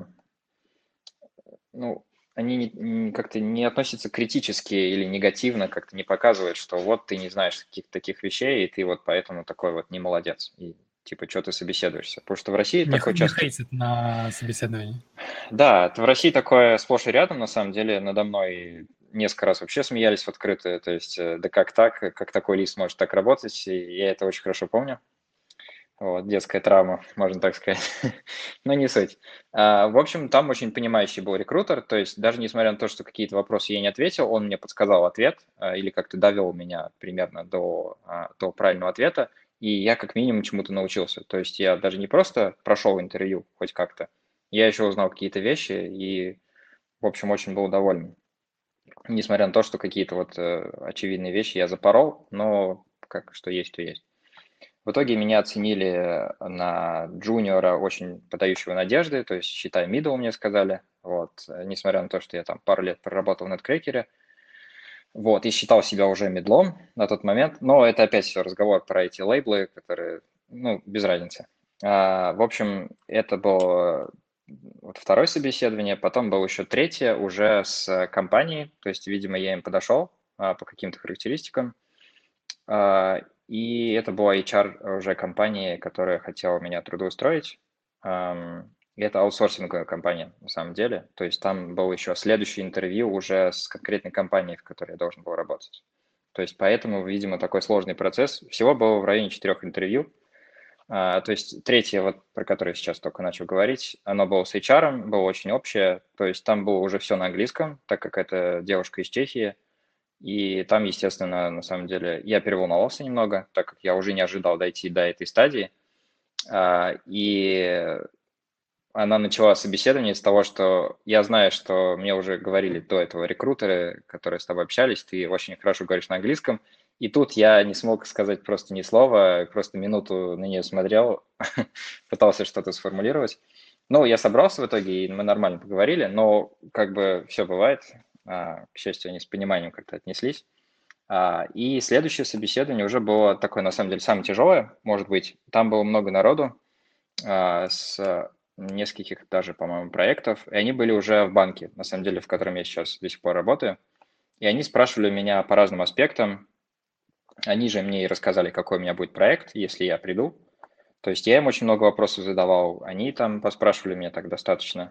ну, они не- не- как-то не относятся критически или негативно, как-то не показывают, что вот ты не знаешь каких-то таких вещей, и ты вот поэтому такой вот не молодец, и типа, что ты собеседуешься. Потому что в России Не, х- такое не часто. хейтит на собеседовании. Да, это в России такое сплошь и рядом, на самом деле, надо мной несколько раз вообще смеялись в открытую, то есть, э, да как так, как такой лист может так работать, и я это очень хорошо помню. Вот, детская травма, можно так сказать, но не суть. А, В общем, там очень понимающий был рекрутер, то есть даже несмотря на то, что какие-то вопросы я не ответил, он мне подсказал ответ а, или как-то довел меня примерно до, а, до правильного ответа, и я как минимум чему-то научился. То есть я даже не просто прошел интервью хоть как-то, я еще узнал какие-то вещи и, в общем, очень был доволен. Несмотря на то, что какие-то вот э, очевидные вещи я запорол, но как что есть, то есть. В итоге меня оценили на джуниора, очень подающего надежды, то есть считай middle, мне сказали. Вот, э, несмотря на то, что я там пару лет проработал в неткрекере, вот, и считал себя уже медлом на тот момент, но это опять все разговор про эти лейблы, которые, ну, без разницы. А, в общем, это было вот второе собеседование, потом было еще третье уже с компанией, то есть, видимо, я им подошел а, по каким-то характеристикам, а, и это была эйч ар уже компании, которая хотела меня трудоустроить. Ам, и это аутсорсинговая компания на самом деле. То есть там было еще следующее интервью уже с конкретной компанией, в которой я должен был работать. То есть поэтому, видимо, такой сложный процесс. Всего было в районе четырех интервью. А, то есть третье, вот про которое я сейчас только начал говорить, оно было с эйч ар, было очень общее. То есть там было уже все на английском, так как это девушка из Чехии. И там, естественно, на самом деле я переволновался немного, так как я уже не ожидал дойти до этой стадии. А, И она начала собеседование с того, что я знаю, что мне уже говорили до этого рекрутеры, которые с тобой общались, ты очень хорошо говоришь на английском, и тут я не смог сказать просто ни слова, просто минуту на нее смотрел, пытался что-то сформулировать. Ну, я собрался в итоге, и мы нормально поговорили, но как бы все бывает. А, К счастью, они с пониманием как-то отнеслись. А, И следующее собеседование уже было такое, на самом деле, самое тяжелое, может быть. Там было много народу, а, с нескольких даже, по-моему, проектов, и они были уже в банке, на самом деле, в котором я сейчас до сих пор работаю. И они спрашивали меня по разным аспектам. Они же мне и рассказали, какой у меня будет проект, если я приду. То есть я им очень много вопросов задавал, они там поспрашивали меня так достаточно.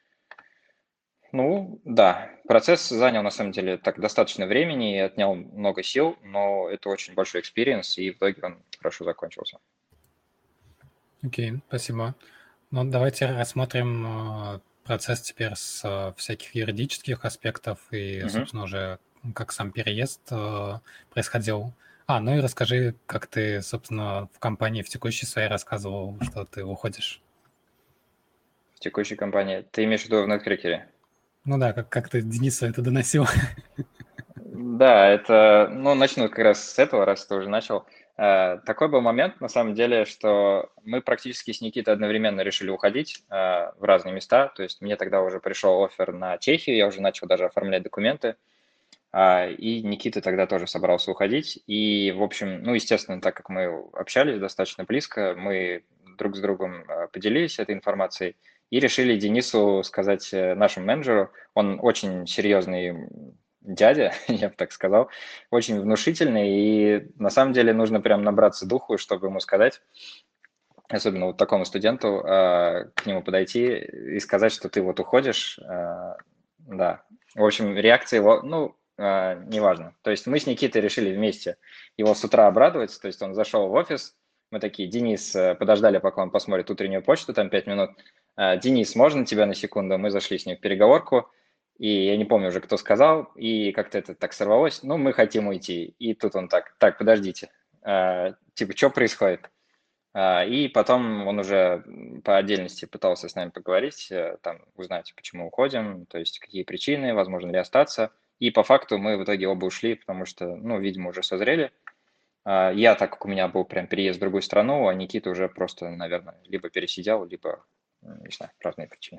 Ну, да, процесс занял на самом деле так достаточно времени и отнял много сил, но это очень большой экспириенс, и в итоге он хорошо закончился. Окей, спасибо. Ну, давайте рассмотрим э, процесс теперь с э, всяких юридических аспектов и, Мгм. собственно, уже как сам переезд э, происходил. А, ну и расскажи, как ты, собственно, в компании в текущей своей рассказывал, что ты уходишь. В текущей компании. Ты имеешь в виду в NetCracker? Ну да, как, как ты Денису это доносил. Да, это, ну, начну как раз с этого, раз ты уже начал. Э, Такой был момент, на самом деле, что мы практически с Никитой одновременно решили уходить э, в разные места. То есть мне тогда уже пришел оффер на Чехию, я уже начал даже оформлять документы. А, И Никита тогда тоже собрался уходить. И, в общем, ну, естественно, так как мы общались достаточно близко, мы друг с другом э, поделились этой информацией и решили Денису сказать, э, нашему менеджеру. Он очень серьезный дядя, я бы так сказал, очень внушительный, и на самом деле нужно прям набраться духу, чтобы ему сказать, особенно вот такому студенту, э, к нему подойти и сказать, что ты вот уходишь. э, Да. В общем, реакция его, ну, э, неважно. То есть мы с Никитой решили вместе его с утра обрадовать. То есть он зашел в офис, мы такие: Денис, э, подождали, пока он посмотрит утреннюю почту, там пять минут. «Э, Денис, можно тебя на секунду?» Мы зашли с ним в переговорку, и я не помню уже, кто сказал, и как-то это так сорвалось. Ну, мы хотим уйти. И тут он так: так, подождите, э, типа, что происходит? А, И потом он уже м, по отдельности пытался с нами поговорить, э, там, узнать, почему уходим, то есть какие причины, возможно ли остаться. И по факту мы в итоге оба ушли, потому что, ну, видимо, уже созрели. А, Я, так как у меня был прям переезд в другую страну, а Никита уже просто, наверное, либо пересидел, либо, м, не знаю, разные причины.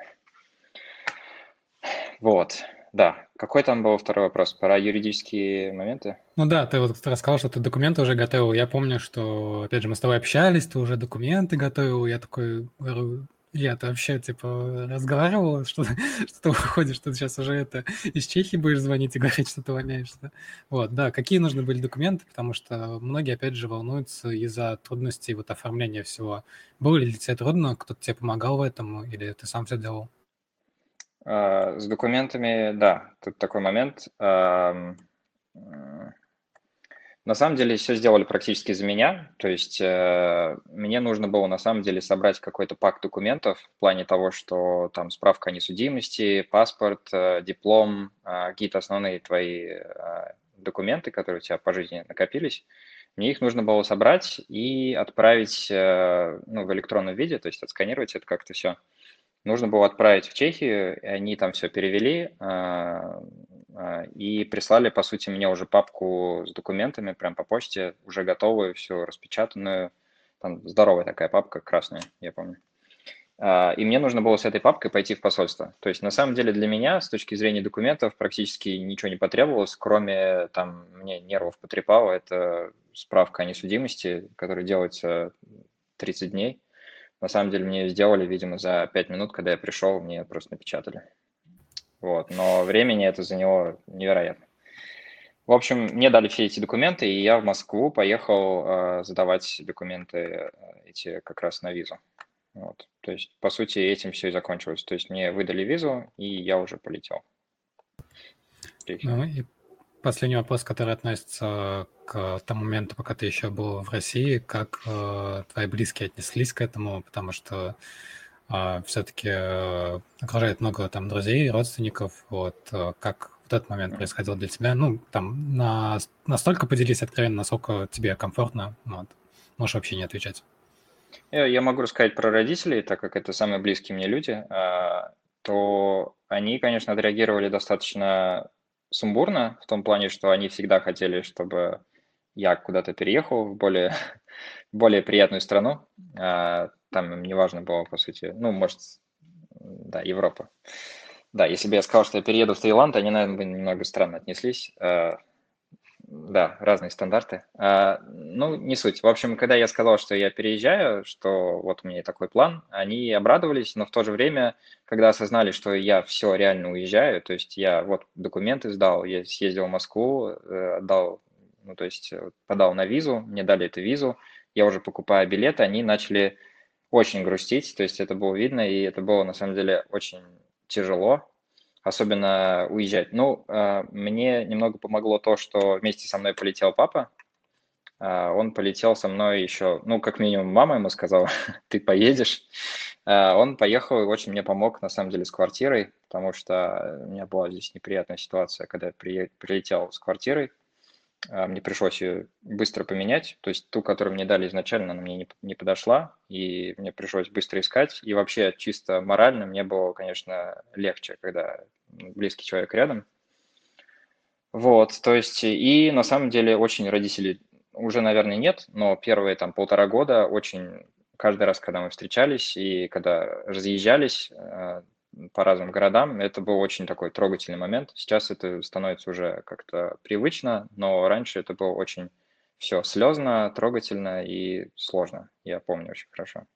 Вот, да. Какой там был второй вопрос? Про юридические моменты? Ну да, ты вот рассказал, что ты документы уже готовил. Я помню, что, опять же, мы с тобой общались, ты уже документы готовил. Я такой говорю, я ты вообще, типа, разговаривал, что, что ты уходишь, что ты сейчас уже это из Чехии будешь звонить и говорить, что ты увольняешься. Вот, да, какие нужны были документы, потому что многие, опять же, волнуются из-за трудностей вот оформления всего. Было ли для тебя трудно, кто-то тебе помогал в этом, или ты сам все делал? А, С документами, да, тут такой момент. Ам, м, На самом деле все сделали практически за меня. То есть э, мне нужно было на самом деле собрать какой-то пак документов в плане того, что там справка о несудимости, паспорт, э, диплом, э, какие-то основные твои э, документы, которые у тебя по жизни накопились. Мне их нужно было собрать и отправить э, ну, в электронном виде, то есть отсканировать это как-то все. Нужно было отправить в Чехию, и они там все перевели, а, а, и прислали, по сути, мне уже папку с документами прям по почте, уже готовую, все распечатанную. Там здоровая такая папка, красная, я помню. А, И мне нужно было с этой папкой пойти в посольство. То есть, на самом деле, для меня, с точки зрения документов, практически ничего не потребовалось, кроме, там, мне нервов потрепало, это справка о несудимости, которая делается тридцать дней. На самом деле мне её сделали, видимо, за пять минут, когда я пришел, мне просто напечатали. Вот, но времени это заняло невероятно. В общем, мне дали все эти документы, и я в Москву поехал э, задавать документы э, эти как раз на визу. Вот. То есть, по сути, этим все и закончилось. То есть мне выдали визу, и я уже полетел в Чехию. Ну и последний вопрос, который относится к тому моменту, пока ты еще был в России, как э, твои близкие отнеслись к этому, потому что все-таки окружает много там друзей, родственников, вот, э, как вот этот момент Мгм. происходил для тебя, ну, там, на, настолько поделись откровенно, насколько тебе комфортно, вот, можешь вообще не отвечать. Я я могу рассказать про родителей, так как это самые близкие мне люди. А, то они, конечно, отреагировали достаточно сумбурно, в том плане, что они всегда хотели, чтобы я куда-то переехал в более более приятную страну. А, там им не важно было, по сути, ну, может, да, Европа. Да, если бы я сказал, что я перееду в Таиланд, они, наверное, бы немного странно отнеслись. А, да, разные стандарты. А, ну, не суть. В общем, когда я сказал, что я переезжаю, что вот у меня такой план, они обрадовались, но в то же время, когда осознали, что я все реально уезжаю, то есть я вот документы сдал, я съездил в Москву, э, отдал, ну, то есть э, подал на визу, мне дали эту визу, я уже покупаю билеты, они начали очень грустить, то есть это было видно, и это было на самом деле очень тяжело, особенно уезжать. Ну, а, мне немного помогло то, что вместе со мной полетел папа. А, Он полетел со мной еще, ну, как минимум, мама ему сказала, ты поедешь. А, Он поехал и очень мне помог, на самом деле, с квартирой, потому что у меня была здесь неприятная ситуация, когда я при- прилетел с квартирой. А, Мне пришлось ее быстро поменять, то есть ту, которую мне дали изначально, она мне не, не подошла, и мне пришлось быстро искать. И вообще чисто морально мне было, конечно, легче, когда м, близкий человек рядом. Вот, то есть и на самом деле очень родители уже, наверное, нет, но первые там полтора года очень каждый раз, когда мы встречались и когда разъезжались э, по разным городам, это был очень такой трогательный момент. Сейчас это становится уже как-то привычно, но раньше это было очень все слезно, трогательно и сложно. Я помню очень хорошо.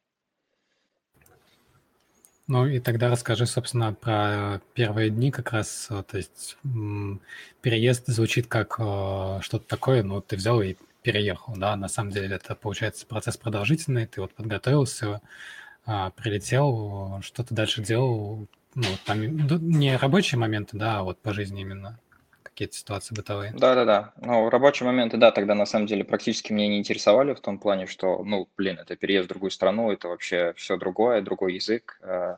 Ну и тогда расскажи, собственно, про первые дни как раз. э, То есть м, переезд звучит как э, что-то такое, ну ты взял и переехал, да, на самом деле это получается процесс продолжительный, ты вот подготовился, а, прилетел, что ты дальше делал, ну вот там ну, не рабочие моменты, да, а вот по жизни именно какие-то ситуации бытовые. Да-да-да. Ну, рабочие моменты, да, тогда на самом деле практически меня не интересовали в том плане, что, ну, блин, это переезд в другую страну, это вообще все другое, другой язык. э,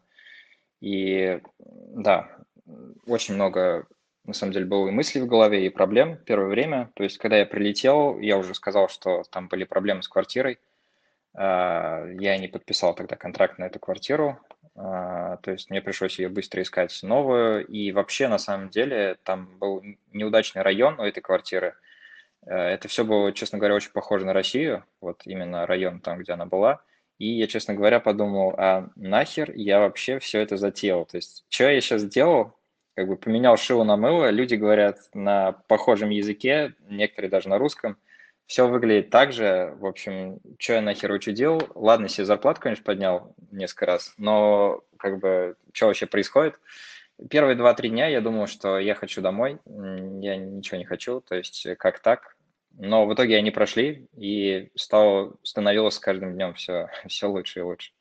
И да, м, очень много, на самом деле, было и мыслей в голове, и проблем первое время. То есть, когда я прилетел, я уже сказал, что там были проблемы с квартирой. А, Я не подписал тогда контракт на эту квартиру. А, То есть, мне пришлось ее быстро искать новую. И вообще, на самом деле, там был н- неудачный район у этой квартиры. Э, Это все было, честно говоря, очень похоже на Россию, вот именно район там, где она была. И я, честно говоря, подумал, а нахер я вообще все это затеял? То есть, что я сейчас сделал? Как бы поменял шило на мыло, люди говорят на похожем языке, некоторые даже на русском. Все выглядит так же. В общем, что я нахер учудил? Ладно, себе зарплату, конечно, поднял несколько раз, но как бы что вообще происходит? Первые два-три дня я думал, что я хочу домой, м, я ничего не хочу, то есть э, как так. Но в итоге они прошли, и стало, становилось с каждым днем все, все лучше и лучше.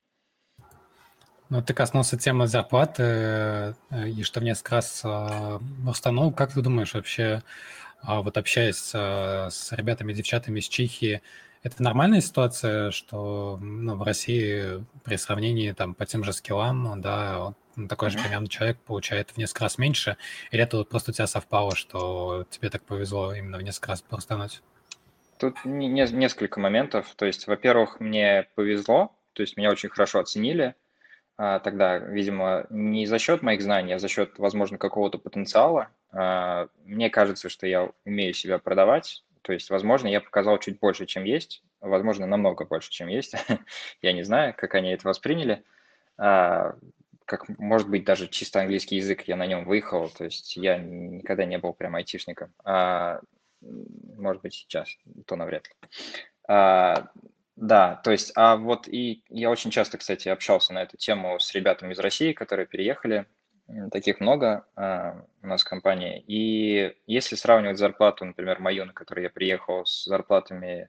Ну, ты коснулся темы зарплаты, э, и что в несколько раз э, установок. Как ты думаешь, вообще, а, вот общаясь э, с ребятами, девчатами из Чехии, это нормальная ситуация, что ну, в России при сравнении там по тем же скиллам, да, вот, ну, такой же Мгм. примерно человек получает в несколько раз меньше, или это вот просто у тебя совпало, что тебе так повезло именно в несколько раз простануть? Тут не- не- несколько моментов. То есть, во-первых, мне повезло, то есть меня очень хорошо оценили. А, тогда, видимо, не за счет моих знаний, а за счет, возможно, какого-то потенциала. А, Мне кажется, что я умею себя продавать. То есть, возможно, я показал чуть больше, чем есть. Возможно, намного больше, чем есть. Я не знаю, как они это восприняли. А, Как, может быть, даже чисто английский язык я на нем выехал. То есть я никогда не был прям айтишником. А, м, Может быть, сейчас, то навряд ли. А, да, то есть, а вот и я очень часто, кстати, общался на эту тему с ребятами из России, которые переехали. М, Таких много а, у нас в компании. И если сравнивать зарплату, например, мою, на которой я приехал, с зарплатами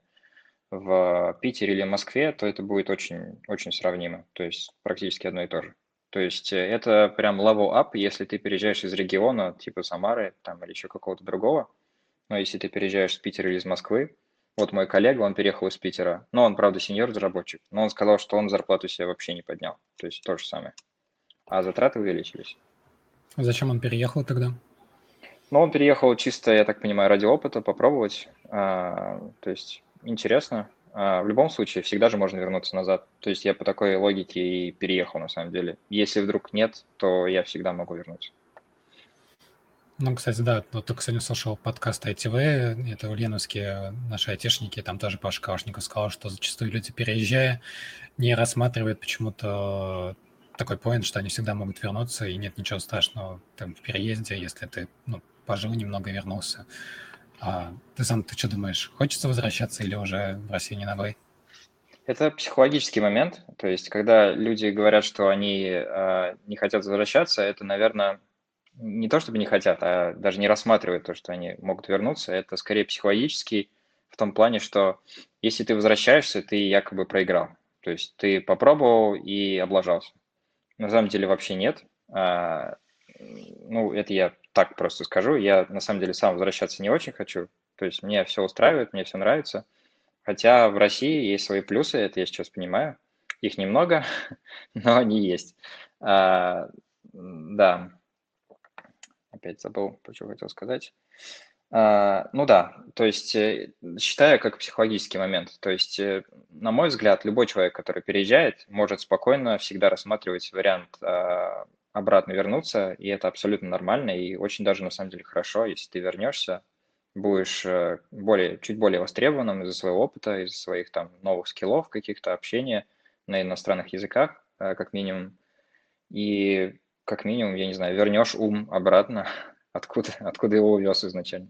в Питере или Москве, то это будет очень, очень сравнимо. То есть практически одно и то же. То есть э, это прям level up, если ты переезжаешь из региона, типа Самары там, или еще какого-то другого. Но если ты переезжаешь с Питера или из Москвы, вот мой коллега, он переехал из Питера, но он, правда, сеньор-разработчик, но он сказал, что он зарплату себе вообще не поднял. То есть то же самое. А затраты увеличились. Зачем он переехал тогда? Но он переехал чисто, я так понимаю, ради опыта, попробовать. А, то есть интересно. а, в любом случае всегда же можно вернуться назад. То есть я по такой логике и переехал на самом деле. Если вдруг нет, то я всегда могу вернуться. Ну, кстати, да, вот только сегодня слушал подкаст ай ти ви, это ульяновские наши айтишники, там тоже Паша Калашников сказал, что зачастую люди, переезжая, не рассматривают почему-то такой поинт, что они всегда могут вернуться, и нет ничего страшного там, в переезде, если ты ну, пожил немного и вернулся. А ты сам, ты что думаешь, хочется возвращаться или уже в России не новой? Это психологический момент. То есть, когда люди говорят, что они э, не хотят возвращаться, это, наверное, не то чтобы не хотят, а даже не рассматривают то, что они могут вернуться. Это скорее психологический в том плане, что если ты возвращаешься, ты якобы проиграл. То есть ты попробовал и облажался. На самом деле вообще нет. А, ну, это я так просто скажу. Я на самом деле сам возвращаться не очень хочу. То есть мне все устраивает, мне все нравится. Хотя в России есть свои плюсы, это я сейчас понимаю. Их немного, но они есть. А, да, опять забыл, что хотел сказать. А, ну да, то есть э, считаю как психологический момент. То есть, э, на мой взгляд, любой человек, который переезжает, может спокойно всегда рассматривать вариант а, обратно вернуться, и это абсолютно нормально, и очень даже на самом деле хорошо, если ты вернешься, будешь э, более, чуть более востребованным из-за своего опыта, из-за своих там новых скиллов каких-то, общения на иностранных языках, э, как минимум, и как минимум, я не знаю, вернешь ум обратно, откуда, откуда его увез изначально.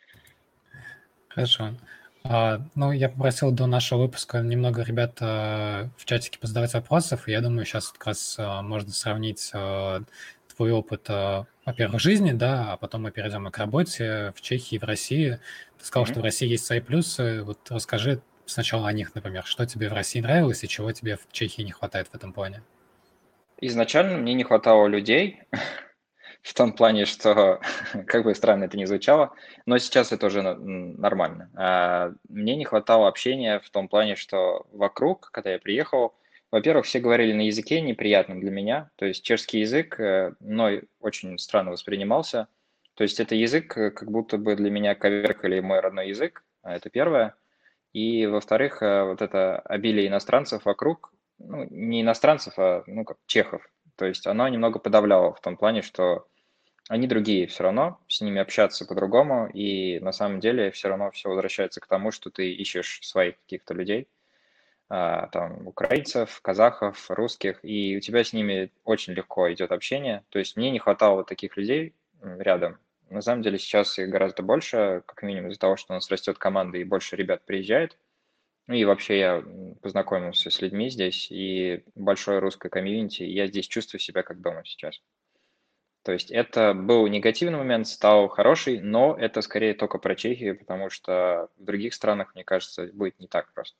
Хорошо. А, ну, я попросил до нашего выпуска немного ребят а, в чатике позадавать вопросов, и я думаю, сейчас как раз а, можно сравнить а, твой опыт, а, во-первых, жизни, да, а потом мы перейдем и к работе в Чехии, в России. Ты сказал, Мгм. что в России есть свои плюсы. Вот расскажи сначала о них, например, что тебе в России нравилось и чего тебе в Чехии не хватает в этом плане. Изначально мне не хватало людей, в том плане, что, как бы странно это ни звучало, но сейчас это уже н- нормально. А, Мне не хватало общения в том плане, что вокруг, когда я приехал, во-первых, все говорили на языке неприятном для меня, то есть чешский язык э, мной очень странно воспринимался, то есть это язык, э, как будто бы для меня коверкали мой родной язык, а это первое. И, во-вторых, э, вот это обилие иностранцев вокруг, ну, не иностранцев, а, ну, как чехов, то есть оно немного подавляло в том плане, что они другие все равно, с ними общаться по-другому, и на самом деле все равно все возвращается к тому, что ты ищешь своих каких-то людей, а, там, украинцев, казахов, русских, и у тебя с ними очень легко идет общение. То есть мне не хватало вот таких людей м, рядом. На самом деле сейчас их гораздо больше, как минимум из-за того, что у нас растет команда и больше ребят приезжает. Ну и вообще я м, познакомился с людьми здесь, и большое русское комьюнити, и я здесь чувствую себя как дома сейчас. То есть это был негативный момент, стал хороший, но это скорее только про Чехию, потому что в других странах, мне кажется, будет не так просто.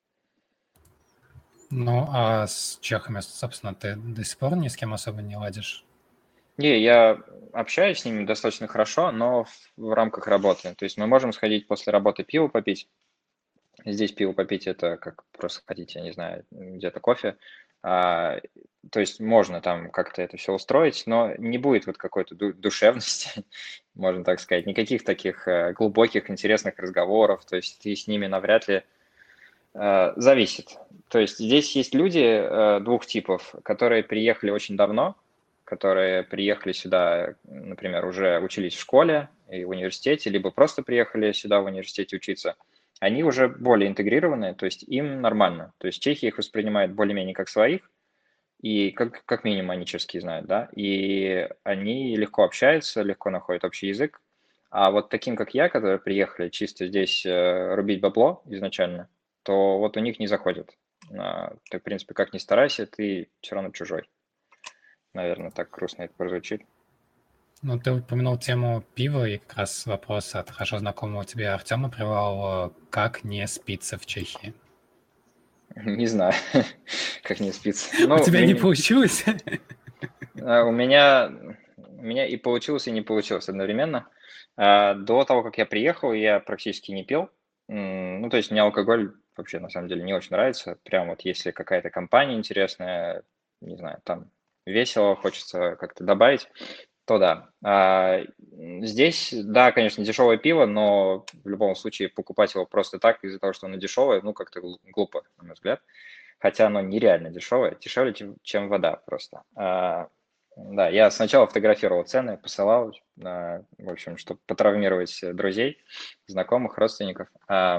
Ну, а с чехами, собственно, ты до сих пор ни с кем особо не ладишь? Не, я общаюсь с ними достаточно хорошо, но в, в рамках работы. То есть мы можем сходить после работы пиво попить. Здесь пиво попить это как просто ходить, я не знаю, где-то кофе. А, то есть можно там как-то это все устроить, но не будет вот какой-то ду- душевности, можно так сказать, никаких таких э, глубоких, интересных разговоров. То есть ты с ними навряд ли э, зависит. То есть здесь есть люди э, двух типов, которые приехали очень давно, которые приехали сюда, например, уже учились в школе и в университете, либо просто приехали сюда в университете учиться. Они уже более интегрированы, то есть им нормально. То есть чехи их воспринимают более-менее как своих, и как, как минимум они чешский знают, да, и они легко общаются, легко находят общий язык. А вот таким, как я, которые приехали чисто здесь э, рубить бабло изначально, то вот у них не заходит. А, Ты, в принципе, как ни старайся, ты все равно чужой. Наверное, так грустно это прозвучит. Ну, ты упомянул тему пива, и как раз вопрос от хорошо знакомого тебе Артема Привалова. Как не спится в Чехии? Не знаю, как не спится. У Ну, тебя не мне- получилось? а, у меня, у меня и получилось, и не получилось одновременно. А, До того, как я приехал, я практически не пил. М, Ну, то есть мне алкоголь вообще, на самом деле, не очень нравится. Прям вот если какая-то компания интересная, не знаю, там весело, хочется как-то добавить, то да. А, здесь, да, конечно, дешевое пиво, но в любом случае покупать его просто так из-за того, что оно дешевое, ну, как-то глупо, на мой взгляд. Хотя оно нереально дешевое, дешевле, чем, чем вода просто. А, да, я сначала фотографировал цены, посылал, а, в общем, чтобы потравмировать друзей, знакомых, родственников. А,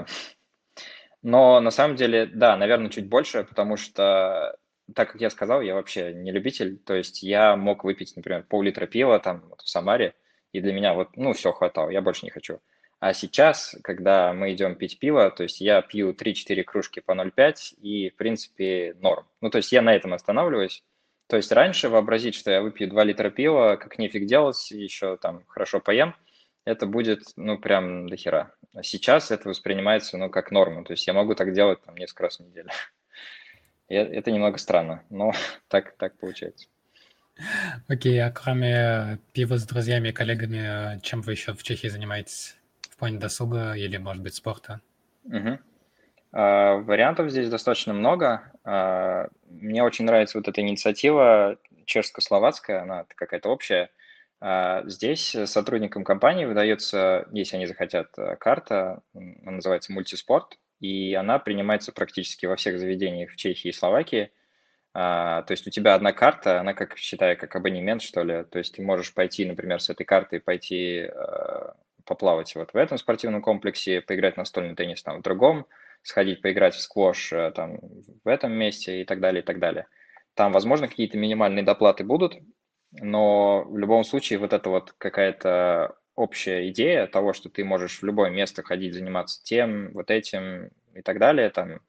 но на самом деле, да, наверное, чуть больше, потому что, так как я сказал, я вообще не любитель. То есть я мог выпить, например, пол-литра пива там вот в Самаре, и для меня вот, ну, все хватало, я больше не хочу. А сейчас, когда мы идем пить пиво, то есть я пью три-четыре кружки по ноль пять, и, в принципе, норм. Ну, то есть я на этом останавливаюсь. То есть раньше вообразить, что я выпью два литра пива, как нефиг делать, еще там хорошо поем, это будет, ну, прям до хера. А сейчас это воспринимается, ну, как норма. То есть я могу так делать там несколько раз в неделю. И э- это немного странно, но так, так получается. Окей, а кроме пива с друзьями и коллегами, э, чем вы еще в Чехии занимаетесь? В плане досуга или, может быть, спорта? Мгм. А, Вариантов здесь достаточно много. А, Мне очень нравится вот эта инициатива чешско-словацкая, она какая-то общая. А, Здесь сотрудникам компании выдается, если они захотят, э, карта, м, она называется мультиспорт, и она принимается практически во всех заведениях в Чехии и Словакии. А, То есть у тебя одна карта, она как, считай, как абонемент, что ли. То есть ты можешь пойти, например, с этой картой пойти э, поплавать вот в этом спортивном комплексе, поиграть в настольный теннис там в другом, сходить поиграть в сквош э, там в этом месте и так далее, и так далее. Там, возможно, какие-то минимальные доплаты будут, но в любом случае вот это вот какая-то общая идея того, что ты можешь в любое место ходить, заниматься тем, вот этим и так далее, там,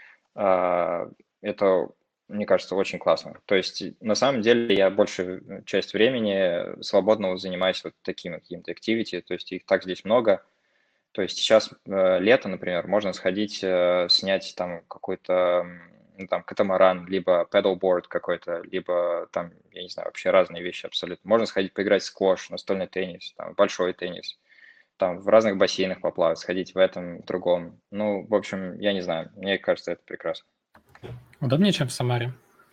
а, это, мне кажется, очень классно. То есть на самом деле я большую часть времени свободного занимаюсь вот такими какими-то activity, то есть их так здесь много. То есть сейчас э, лето, например, можно сходить, э, снять там какой-то м, ну, там катамаран, либо pedalboard какой-то, либо там, я не знаю, вообще разные вещи абсолютно. Можно сходить поиграть в сквош, настольный теннис, там, большой теннис, там в разных бассейнах поплавать, сходить в этом, в другом. Ну, в общем, я не знаю, мне кажется, это прекрасно. Удобнее, чем в Самаре?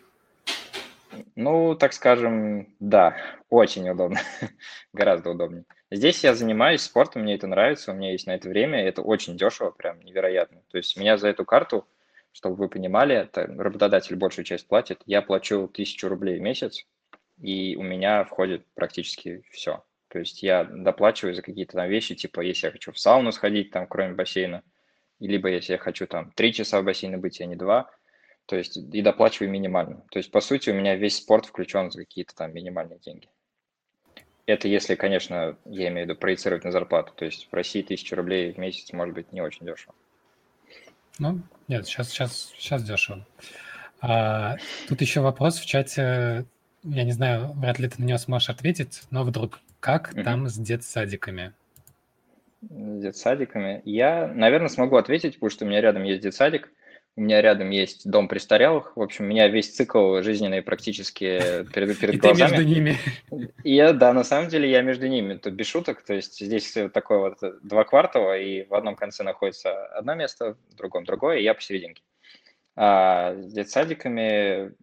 Ну, так скажем, да, очень удобно, гораздо удобнее. Здесь я занимаюсь спортом, мне это нравится, у меня есть на это время, и это очень дешево, прям невероятно. То есть меня за эту карту, чтобы вы понимали, это работодатель большую часть платит, я плачу тысячу рублей в месяц, и у меня входит практически все. То есть я доплачиваю за какие-то там вещи, типа если я хочу в сауну сходить, там, кроме бассейна, и либо если я хочу там три часа в бассейне быть, а не два, то есть и доплачиваю минимально. То есть, по сути, у меня весь спорт включен за какие-то там минимальные деньги. Это если, конечно, я имею в виду проецировать на зарплату. То есть в России тысяча рублей в месяц может быть не очень дешево. Ну, нет, сейчас, сейчас, сейчас дешево. А, тут еще вопрос в чате. Я не знаю, вряд ли ты на него сможешь ответить, но вдруг, как Мгм. там с детсадиками? С детсадиками. Я, наверное, смогу ответить, потому что у меня рядом есть детсадик, у меня рядом есть дом престарелых. В общем, у меня весь цикл жизненный практически перед, перед И ты между глазами. ними. И я, да, на самом деле я между ними, то без шуток, то есть здесь э, такое вот э, два квартала, и в одном конце находится одно место, в другом другое, и я посерединке. А с детсадиками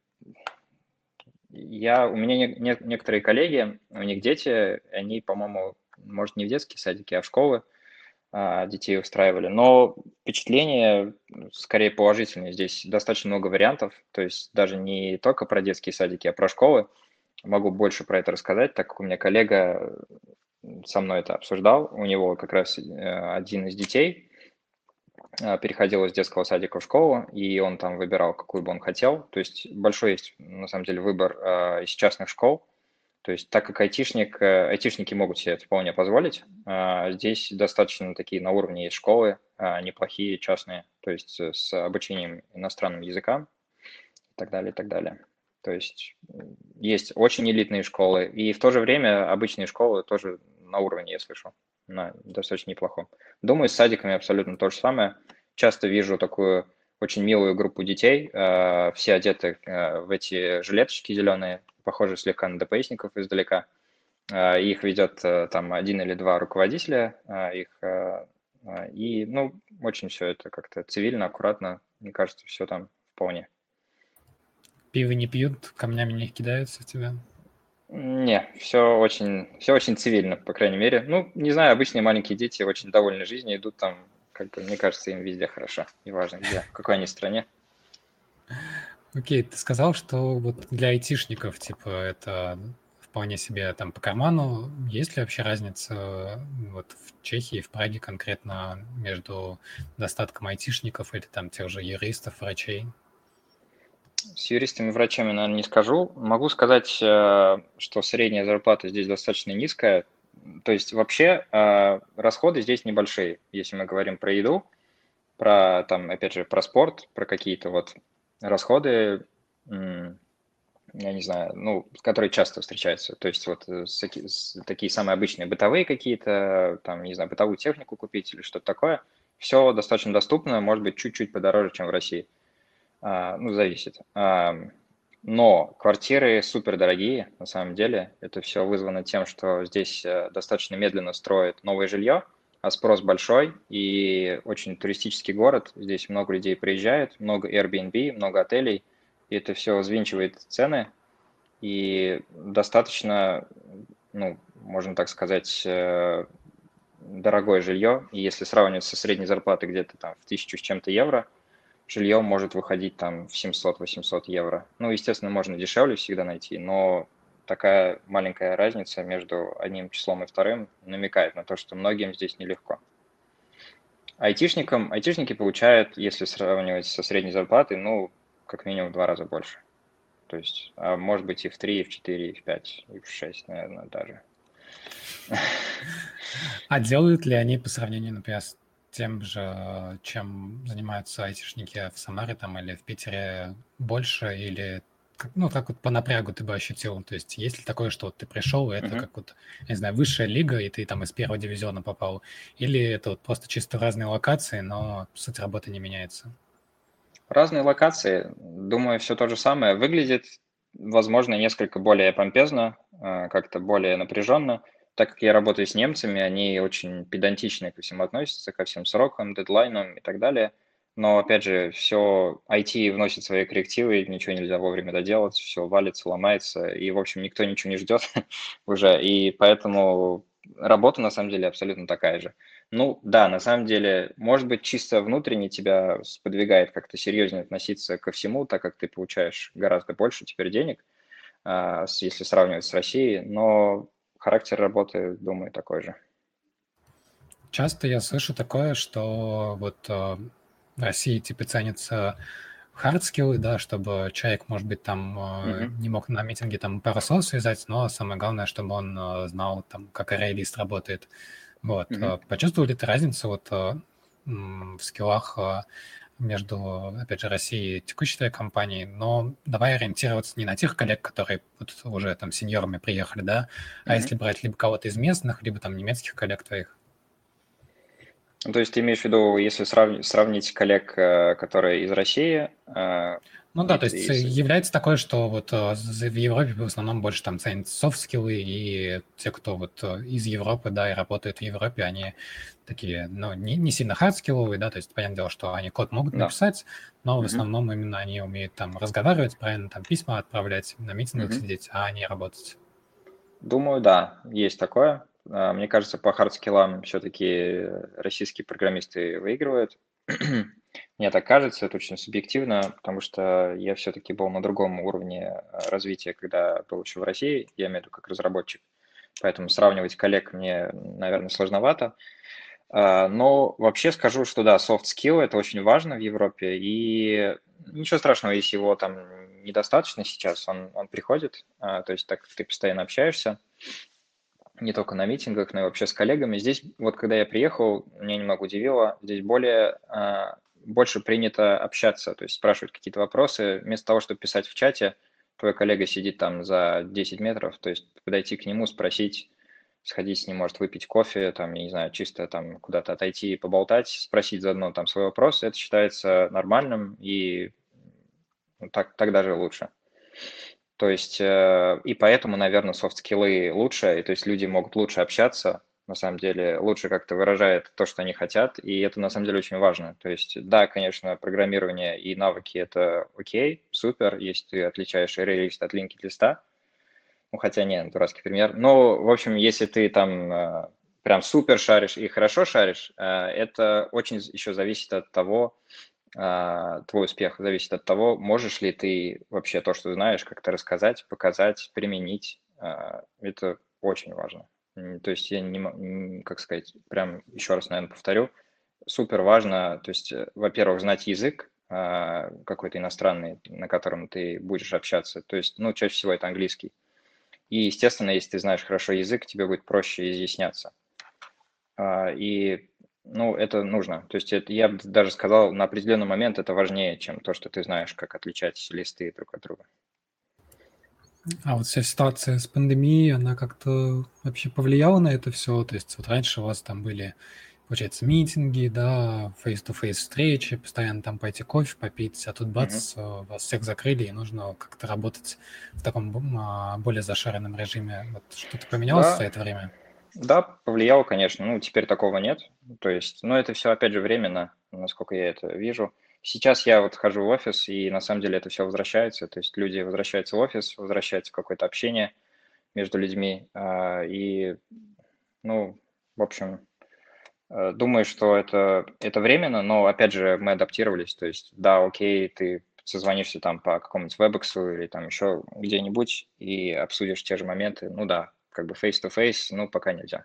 я, у меня не- не- некоторые коллеги, у них дети, они, по-моему, может, не в детские садики, а в школы а, детей устраивали, но впечатление м, скорее положительное. Здесь достаточно много вариантов, то есть даже не только про детские садики, а про школы. Могу больше про это рассказать, так как у меня коллега м, со мной это обсуждал. У него как раз э, один из детей э, переходил из детского садика в школу, и он там выбирал, какую бы он хотел. То есть большой есть, на самом деле, выбор э, из частных школ. То есть так как айтишник, э, айтишники могут себе это вполне позволить, а, здесь достаточно такие на уровне есть школы, а, неплохие, частные, то есть э, с обучением иностранным языкам и так далее, и так далее. То есть м, есть очень элитные школы, и в то же время обычные школы тоже на уровне, я слышу, на достаточно неплохом. Думаю, с садиками абсолютно то же самое. Часто вижу такую очень милую группу детей, э, все одеты э, в эти жилеточки зеленые, похожие слегка на ДПСников издалека. Э, Их ведет э, там один или два руководителя, э, их, э, э, и, ну, очень все это как-то цивильно, аккуратно, мне кажется, все там вполне. Пиво не пьют, камнями не кидаются в тебя. Не, все очень, все очень цивильно, по крайней мере. Ну, не знаю, обычные маленькие дети очень довольны жизнью, идут там, как бы, мне кажется, им везде хорошо, неважно где, в какой они стране. Окей, ты сказал, что вот для айтишников, типа, это вполне себе там по карману. Есть ли вообще разница э, вот в Чехии, в Праге конкретно между достатком айтишников или там тех же юристов, врачей? С юристами и врачами, наверное, не скажу. Могу сказать, э, что средняя зарплата здесь достаточно низкая. То есть вообще э, расходы здесь небольшие, если мы говорим про еду, про там, опять же, про спорт, про какие-то вот расходы, м, я не знаю, ну, которые часто встречаются. То есть вот э, с таки- с- такие самые обычные бытовые какие-то, там, не знаю, бытовую технику купить или что-то такое. Все достаточно доступно, может быть, чуть-чуть подороже, чем в России. А, ну, зависит. Ам, но квартиры супер дорогие, на самом деле. Это все вызвано тем, что здесь э, достаточно медленно строят новое жилье, а спрос большой и очень туристический город. Здесь много людей приезжает, много Airbnb, много отелей, и это все взвинчивает цены. И достаточно, ну, можно так сказать, э, дорогое жилье. И если сравнивать со средней зарплатой где-то там в тысячу с чем-то евро, жилье может выходить там в семьсот-восемьсот евро. Ну, естественно, можно дешевле всегда найти, но такая маленькая разница между одним числом и вторым намекает на то, что многим здесь нелегко. Айтишникам, айтишники получают, если сравнивать со средней зарплатой, ну, как минимум в два раза больше. То есть, а может быть и в три, и в четыре, и в пять, и в шесть, наверное, даже. А делают ли они по сравнению, например, с тем же, чем занимаются айтишники в Самаре там или в Питере больше, или как- ну, как вот по напрягу ты бы ощутил? То есть есть ли такое, что вот ты пришел, и это Мгм. как вот, я не знаю, высшая лига, и ты там из первого дивизиона попал? Или это вот просто чисто разные локации, но суть работы не меняется? Разные локации, думаю, все то же самое. Выглядит, возможно, несколько более помпезно, а, как-то более напряженно. Так как я работаю с немцами, они очень педантично ко всему относятся, ко всем срокам, дедлайнам и так далее. Но, опять же, все I T вносит свои коррективы, ничего нельзя вовремя доделать, все валится, ломается, и, в общем, никто ничего не ждет уже. И поэтому работа, на самом деле, абсолютно такая же. Ну да, на самом деле, может быть, чисто внутренне тебя сподвигает как-то серьезнее относиться ко всему, так как ты получаешь гораздо больше теперь денег, а, с- если сравнивать с Россией, но характер работы, думаю, такой же. Часто я слышу такое, что вот э, в России типа ценятся хардскиллы, да, чтобы человек, может быть, там э, Мгм. не мог на митинге там пару слов связать, но самое главное, чтобы он э, знал там, как арray-лист работает. Вот. Мгм. э, Почувствовали ты разницу вот э, м, в скиллах э, между, опять же, Россией и текущей твоей компанией, но давай ориентироваться не на тех коллег, которые вот уже там сеньорами приехали, да, а Мгм. если брать либо кого-то из местных, либо там немецких коллег твоих. Ну, то есть ты имеешь в виду, если сравни- сравнить коллег, э, которые из России, э, Ну и, да, то т- есть и э, с- является такое, что вот э, з- в Европе в основном больше там ценят софт-скиллы, и те, кто вот э, из Европы, да, и работают в Европе, они такие, ну, не, не сильно хардскилловые, да, то есть понятное дело, что они код могут да. написать, но в Мгм. основном именно они умеют там разговаривать, правильно там письма отправлять, на митингах Мгм. сидеть, а не работать. Думаю, да, есть такое. А, Мне кажется, по хардскиллам все-таки российские программисты выигрывают. Мне так кажется, это очень субъективно, потому что я все-таки был на другом уровне а, развития, когда был еще в России, я имею в виду как разработчик. Поэтому сравнивать коллег мне, наверное, сложновато. А, Но вообще скажу, что да, soft skill это очень важно в Европе, и ничего страшного, если его там недостаточно сейчас, он, он приходит, а, то есть так как ты постоянно общаешься, не только на митингах, но и вообще с коллегами. Здесь, вот когда я приехал, меня немного удивило, здесь более, а, больше принято общаться, то есть спрашивать какие-то вопросы. Вместо того, чтобы писать в чате, твой коллега сидит там за десять метров, то есть подойти к нему, спросить, сходить с ним, может, выпить кофе, там, я не знаю, чисто там куда-то отойти и поболтать, спросить заодно там свой вопрос, это считается нормальным, и ну, так, так даже лучше. То есть, э, и поэтому, наверное, софт-скиллы лучше, и то есть люди могут лучше общаться, на самом деле, лучше как-то выражает то, что они хотят, и это на самом деле очень важно. То есть, да, конечно, программирование и навыки– это окей, супер, если ты отличаешь array-лист от linked листа, Ну, хотя не, дурацкий пример. Но, в общем, если ты там э, прям супер шаришь и хорошо шаришь, э, это очень еще зависит от того, а, твой успех зависит от того, можешь ли ты вообще то, что знаешь, как-то рассказать, показать, применить. А, Это очень важно. М, То есть я не, мо- м, как сказать, прям еще раз, наверное, повторю, супер важно, то есть, э, во-первых, знать язык а, какой-то иностранный, на котором ты будешь общаться. То есть, ну, чаще всего это английский. И, естественно, если ты знаешь хорошо язык, тебе будет проще изъясняться. А, И, ну, это нужно. То есть это, я бы даже сказал, на определенный момент это важнее, чем то, что ты знаешь, как отличать листы друг от друга. А вот вся ситуация с пандемией, она как-то вообще повлияла на это все? То есть вот раньше у вас там были, получается, митинги, да, face-to-face встречи, постоянно там пойти кофе попить, а тут Мгм. бац, э, вас всех закрыли, и нужно как-то работать в таком б- а, более зашоренном режиме. Вот что-то поменялось за Да, это время? да, повлияло, конечно. Ну, теперь такого нет. То есть, ну, это все, опять же, временно, насколько я это вижу. Сейчас я вот хожу в офис, и на самом деле это все возвращается. То есть люди возвращаются в офис, возвращается какое-то общение между людьми. а, И, ну, в общем, Э, думаю, что это, это временно, но, опять же, мы адаптировались. То есть, да, окей, ты созвонишься там по какому-нибудь вебексу или там еще где-нибудь и обсудишь те же моменты. Ну да, как бы face-to-face, ну, пока нельзя.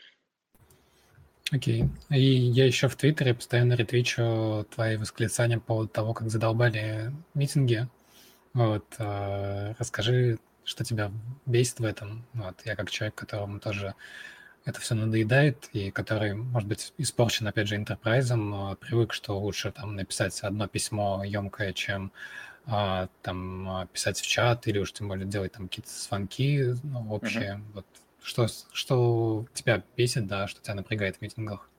Окей. И я еще в Твиттере постоянно ретвичу твои восклицания по поводу того, как задолбали митинги. Вот, а, расскажи, что тебя бесит в этом. Вот, я как человек, которому тоже это все надоедает, и который, может быть, испорчен, опять же, интерпрайзом, а, привык, что лучше там написать одно письмо емкое, чем а, там а, писать в чат или уж тем более делать там какие-то звонки, ну, Мгм. общие. Вот что, с- что тебя бесит, да, что тебя напрягает в митингах?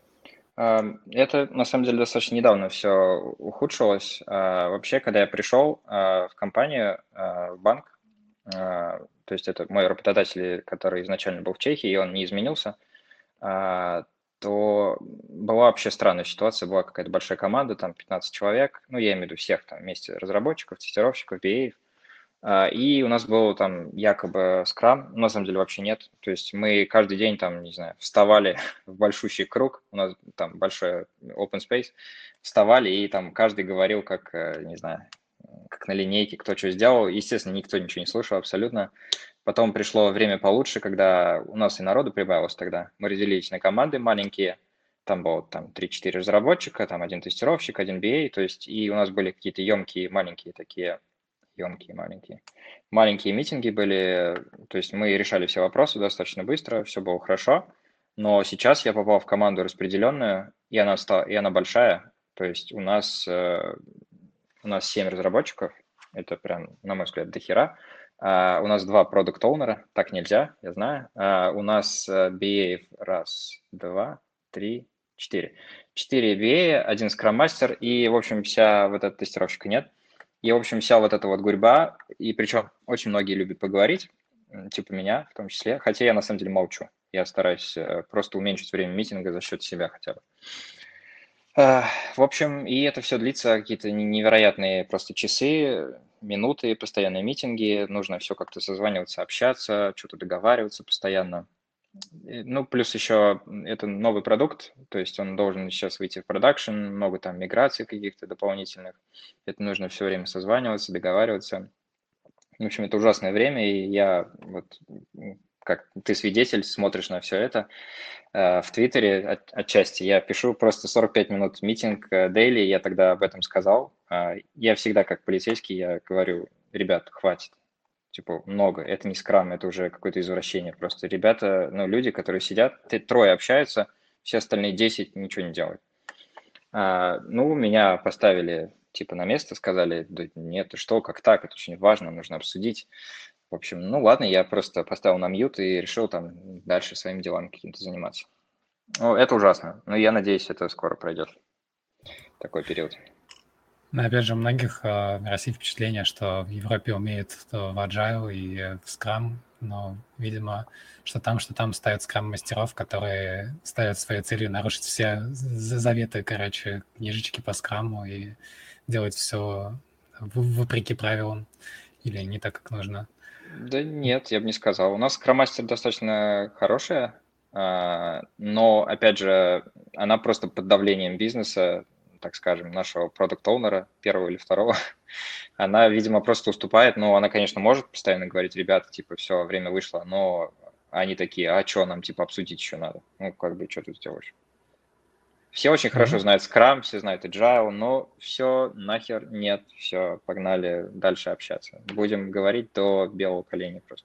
Ам, Это, на самом деле, достаточно недавно все ухудшилось. А, Вообще, когда я пришел а, в компанию, а, в банк, а, то есть это мой работодатель, который изначально был в Чехии, и он не изменился, а, то была вообще странная ситуация. Была какая-то большая команда, там пятнадцать человек, ну, я имею в виду всех там вместе разработчиков, тестировщиков, би эй. А, И у нас был там якобы скрам, на самом деле вообще нет. То есть мы каждый день там, не знаю, вставали в большущий круг, у нас там большой open space, вставали и там каждый говорил, как, э, не знаю, как на линейке, кто что сделал. Естественно, никто ничего не слышал абсолютно. Потом пришло время получше, когда у нас и народу прибавилось тогда. Мы разделились на команды маленькие, там было там три-четыре разработчика, там один тестировщик, один би эй, то есть и у нас были какие-то емкие, маленькие такие, емкие, маленькие. Маленькие митинги были, то есть мы решали все вопросы достаточно быстро, все было хорошо, но сейчас я попал в команду распределенную, и она, стала, и она большая, то есть у нас, э, у нас семь разработчиков, это прям, на мой взгляд, дохера. А, у нас два продукт оунера так нельзя, я знаю. А, у нас э, би эй раз, два, три, четыре. Четыре би эй, один скрам-мастер, и, в общем, вся вот эта тестировщика нет. И, в общем, вся вот эта вот гурьба, и причем очень многие любят поговорить, м, типа меня в том числе, хотя я на самом деле молчу. Я стараюсь э, просто уменьшить время митинга за счет себя хотя бы. А, В общем, и это все длится какие-то не- невероятные просто часы, минуты, постоянные митинги, нужно все как-то созваниваться, общаться, что-то договариваться постоянно. И, Ну, плюс еще это новый продукт, то есть он должен сейчас выйти в продакшн, много там миграций каких-то дополнительных. Это нужно все время созваниваться, договариваться. В общем, это ужасное время, и я вот, м, как ты свидетель, смотришь на все это, э, в Твиттере от- отчасти. Я пишу просто сорок пять минут митинг дейли, я тогда об этом сказал. А, Я всегда, как полицейский, я говорю, ребят, хватит. Типа, много. Это не скрам, это уже какое-то извращение. Просто ребята, ну, люди, которые сидят, те- трое общаются, все остальные десять ничего не делают. А, ну, меня поставили типа на место, сказали, да нет, ты что, как так, это очень важно, нужно обсудить. В общем, ну ладно, я просто поставил на мьют и решил там дальше своими делами какими-то заниматься. Ну, это ужасно, но я надеюсь, это скоро пройдет, такой период. Но опять же, у многих а, в России впечатление, что в Европе умеют э, в Agile и э, в Scrum, но, видимо, что там, что там ставят скрам-мастеров, которые ставят своей целью нарушить все з- заветы, короче, книжечки по скраму и делать все вопреки правилам или не так, как нужно. Да нет, я бы не сказал. У нас Scrum-мастер достаточно хорошая, а, но, опять же, она просто под давлением бизнеса, так скажем, нашего продукт-оунера, первого или второго, она, видимо, просто уступает. Но она, конечно, может постоянно говорить: ребята, типа, все, время вышло, но они такие: а что, нам, типа, обсудить еще надо? Ну, как бы, что тут сделаешь? Все очень хорошо Ну, знают Scrum, все знают Agile, но все нахер нет, все, погнали дальше общаться. Будем говорить до белого коленя просто.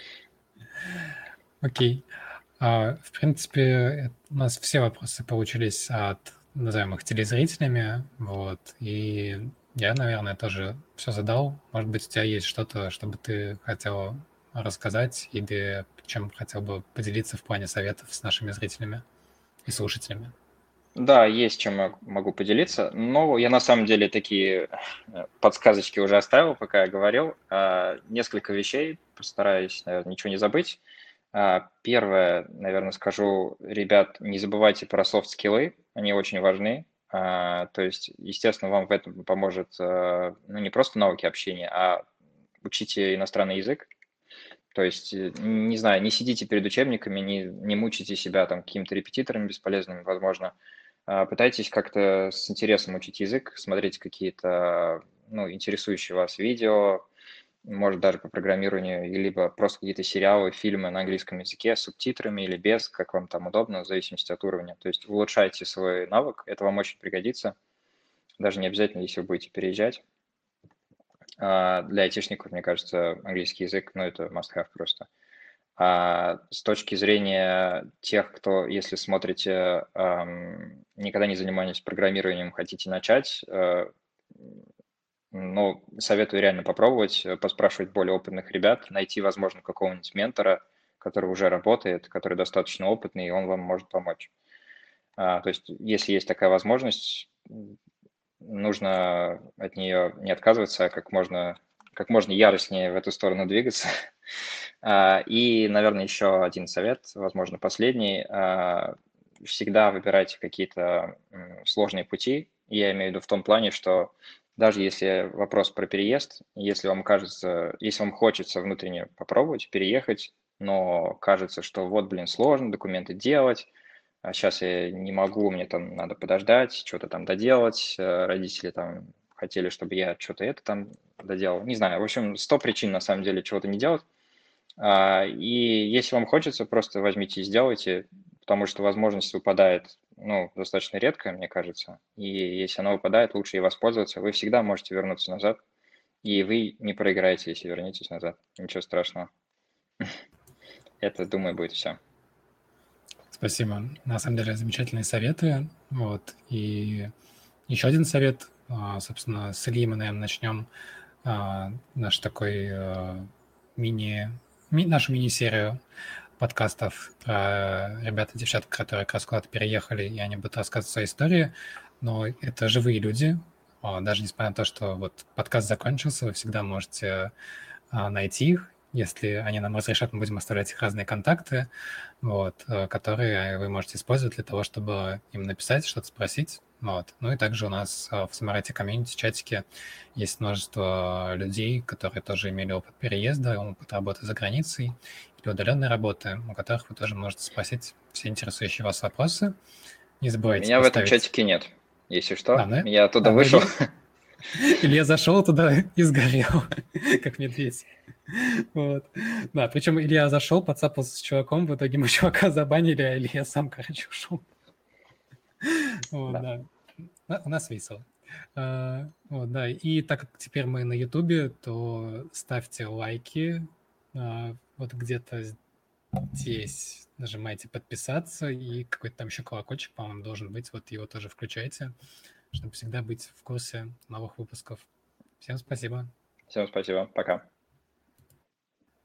окей. А, В принципе, э, у нас все вопросы получились от, назовем их, телезрителями, вот, и я, наверное, тоже все задал. Может быть, у тебя есть что-то, чтобы ты хотел рассказать или чем хотел бы поделиться в плане советов с нашими зрителями и слушателями? Да, есть чем я могу поделиться, но я на самом деле такие э, подсказочки уже оставил, пока я говорил. А, Несколько вещей, постараюсь, наверное, ничего не забыть. А, Первое, наверное, скажу: ребят, не забывайте про софт-скиллы, они очень важны. А, То есть, естественно, вам в этом поможет, э, ну, не просто навыки общения, а учите иностранный язык. То есть, э, не знаю, не сидите перед учебниками, не, не мучайте себя там какими-то репетиторами бесполезными, возможно. А, Пытайтесь как-то с интересом учить язык, смотреть какие-то, ну, интересующие вас видео, может, даже по программированию, и либо просто какие-то сериалы, фильмы на английском языке с субтитрами или без, как вам там удобно, в зависимости от уровня. То есть улучшайте свой навык, это вам очень пригодится, даже не обязательно, если вы будете переезжать. А, Для айтишников, мне кажется, английский язык, ну, это must-have просто. А с точки зрения тех, кто, если смотрите, ам, никогда не занимались программированием, хотите начать, э, ну, советую реально попробовать, э, поспрашивать более опытных ребят, найти, возможно, какого-нибудь ментора, который уже работает, который достаточно опытный, и он вам может помочь. А, то есть, если есть такая возможность, м, нужно от нее не отказываться, а как можно, как можно яростнее в эту сторону двигаться. А, И, наверное, еще один совет, возможно, последний. А, Всегда выбирайте какие-то м, сложные пути. Я имею в виду в том плане, что даже если вопрос про переезд, если вам кажется, если вам хочется внутренне попробовать переехать, но кажется, что вот, блин, сложно документы делать, а сейчас я не могу, мне там надо подождать, что-то там доделать, э, родители там хотели, чтобы я что-то это там доделал, не знаю, в общем, сто причин на самом деле чего-то не делать. А, И если вам хочется, просто возьмите и сделайте, потому что возможность выпадает, ну, достаточно редко, мне кажется, и если она выпадает, лучше ей воспользоваться. Вы всегда можете вернуться назад, и вы не проиграете, если вернетесь назад. Ничего страшного. Это, думаю, будет все. Спасибо. На самом деле замечательные советы. Вот. И еще один совет, а, собственно, с Ильи мы, наверное, начнем а, наш такой а, мини, ми- нашу мини-серию подкастов про ребят и девчат, которые как раз куда-то переехали, и они будут рассказывать свои истории. Но это живые люди. А, Даже несмотря на то, что вот подкаст закончился, вы всегда можете а, найти их. Если они нам разрешат, мы будем оставлять их разные контакты, вот, э, которые вы можете использовать для того, чтобы им написать, что-то спросить. Вот. Ну и также у нас а, в Самарате комьюнити чатике есть множество людей, которые тоже имели опыт переезда, опыт работы за границей или удаленной работы, у которых вы тоже можете спросить все интересующие вас вопросы. Не забывайте Меня в этом поставить... чатике нет, если А, что. ну, Я оттуда а, ну вышел. Илья, Илья зашел туда и сгорел, как медведь. Вот. Да, причем Илья зашел, подцапался с чуваком, в итоге мы чувака забанили, а Илья сам, короче, ушел. Вот, Да. да. У нас весело. А, Вот, да. И так как теперь мы на Ютубе, то ставьте лайки. А, Вот где-то здесь нажимайте подписаться, и какой-то там еще колокольчик, по-моему, должен быть. Вот его тоже включайте, чтобы всегда быть в курсе новых выпусков. Всем спасибо. Всем спасибо. Пока.